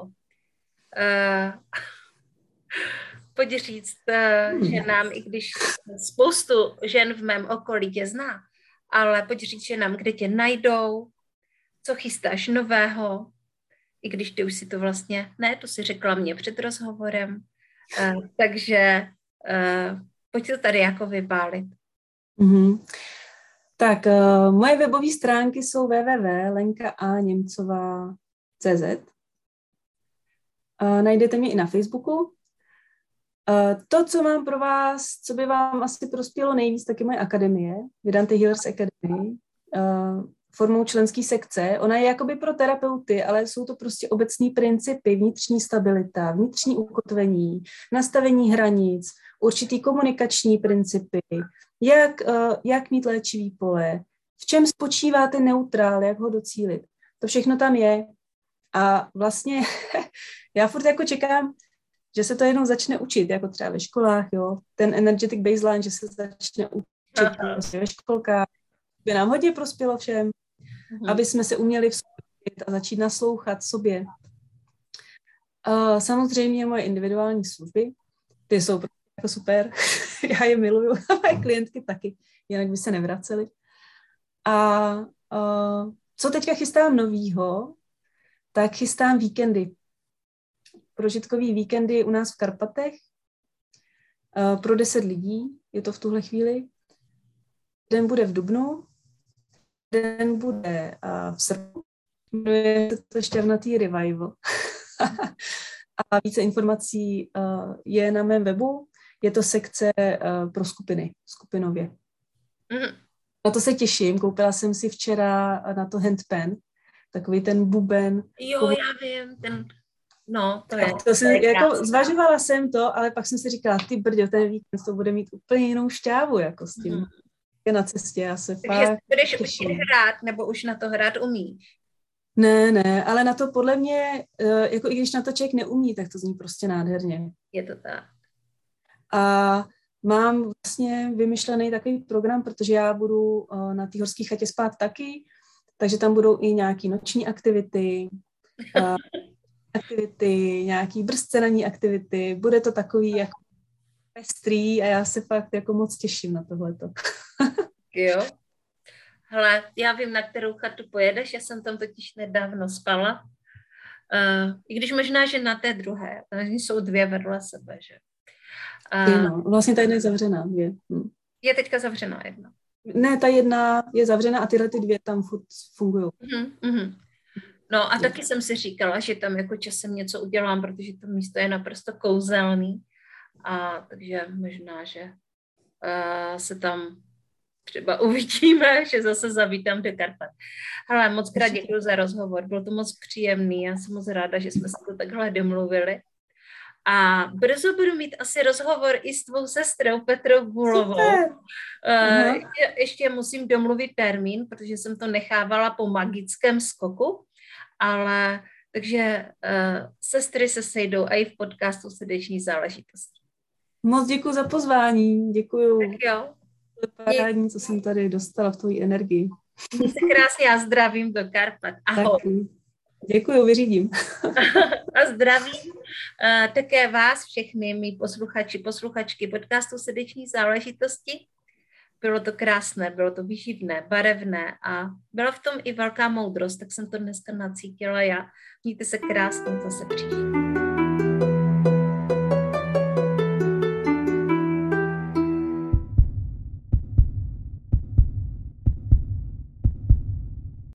Uh, pojď říct uh, hmm. ženám, i když spoustu žen v mém okolí tě zná, ale pojď říct ženám, kde tě najdou, co chystáš nového, i když ty už si to vlastně, ne, to si řekla mě před rozhovorem, uh, takže uh, pojď to tady jako vypálit. Mm-hmm. Tak uh, moje webové stránky jsou w w w tečka lenka a němcová tečka c z. Uh, najdete mě i na Facebooku. Uh, to, co mám pro vás, co by vám asi prospělo nejvíc, tak je moje akademie, Vedanta Healers Academy, uh, formou členské sekce. Ona je jakoby pro terapeuty, ale jsou to prostě obecní principy, vnitřní stabilita, vnitřní ukotvení, nastavení hranic, určitý komunikační principy, jak, uh, jak mít léčivý pole, v čem spočívá ten neutrál, jak ho docílit. To všechno tam je. A vlastně já furt jako čekám, že se to jednou začne učit, jako třeba ve školách, jo. Ten energetic baseline, že se začne učit prostě ve školkách, by nám hodně prospělo všem, mm-hmm. aby jsme se uměli vzpomínat a začít naslouchat sobě. Uh, samozřejmě moje individuální služby, ty jsou prostě jako super, já je miluju, a moje klientky taky, jinak by se nevracely. A uh, co teďka chystám novýho, tak chystám víkendy. Prožitkový víkendy u nás v Karpatech uh, pro deset lidí, je to v tuhle chvíli. Den bude v dubnu, den bude uh, v srpnu, jmenuje se to Šťavnatý revival. A více informací uh, je na mém webu, je to sekce uh, pro skupiny, skupinově. Mm. Na to se těším, koupila jsem si včera na to handpan, takový ten buben. Jo, kovou... já vím, ten... No, to je. To jsem, to je jako, zvažovala jsem to, ale pak jsem si říkala, ty brďo, ten víkend to bude mít úplně jinou šťávu, jako s tím. Mm. Je na cestě, já se Takže fakt budeš učit hrát, nebo už na to hrát umíš? Ne, ne, ale na to podle mě, jako i když na to člověk neumí, tak to zní prostě nádherně. Je to tak. A mám vlastně vymyšlený takový program, protože já budu na té horské chatě spát taky, takže tam budou i nějaký noční aktivity, aktivity, nějaký brzcenaní aktivity. Bude to takový jako pestrý a já se fakt jako moc těším na tohleto. Jo. Hele, já vím, na kterou chatu pojedeš, já jsem tam totiž nedávno spala. Uh, I když možná, že na té druhé, jsou dvě vedle sebe, že? Uh, no, vlastně ta jedna je zavřená, dvě. Hm. Je teďka zavřená jedna. Ne, ta jedna je zavřená a tyhle ty dvě tam furt fungují. Uh-huh, uh-huh. No a taky jsem si říkala, že tam jako časem něco udělám, protože to místo je naprosto kouzelný. A takže možná, že uh, se tam třeba uvidíme, že zase zavítám do Karpat. Hele, moc krát děkuji za rozhovor, bylo to moc příjemný, já jsem moc ráda, že jsme se to takhle domluvili. A brzo budu mít asi rozhovor i s tvou sestrou Petrou Bulovou. Uh, ještě, ještě musím domluvit termín, protože jsem to nechávala po magickém skoku, ale takže uh, sestry se sejdou a i v podcastu Srdeční záležitosti. Moc děkuji za pozvání, děkuji. Tak jo. Parádní, co jsem tady dostala v tvojí energii. Měj se krásně, já zdravím do Karpat. Ahoj. Taky. Děkuju, vyřídím. A zdravím uh, také vás všechny, mý posluchači, posluchačky podcastu Srdeční záležitosti. Bylo to krásné, bylo to výživné, barevné a byla v tom i velká moudrost, tak jsem to dneska nacítila já. Mějte se krásně, zase příště.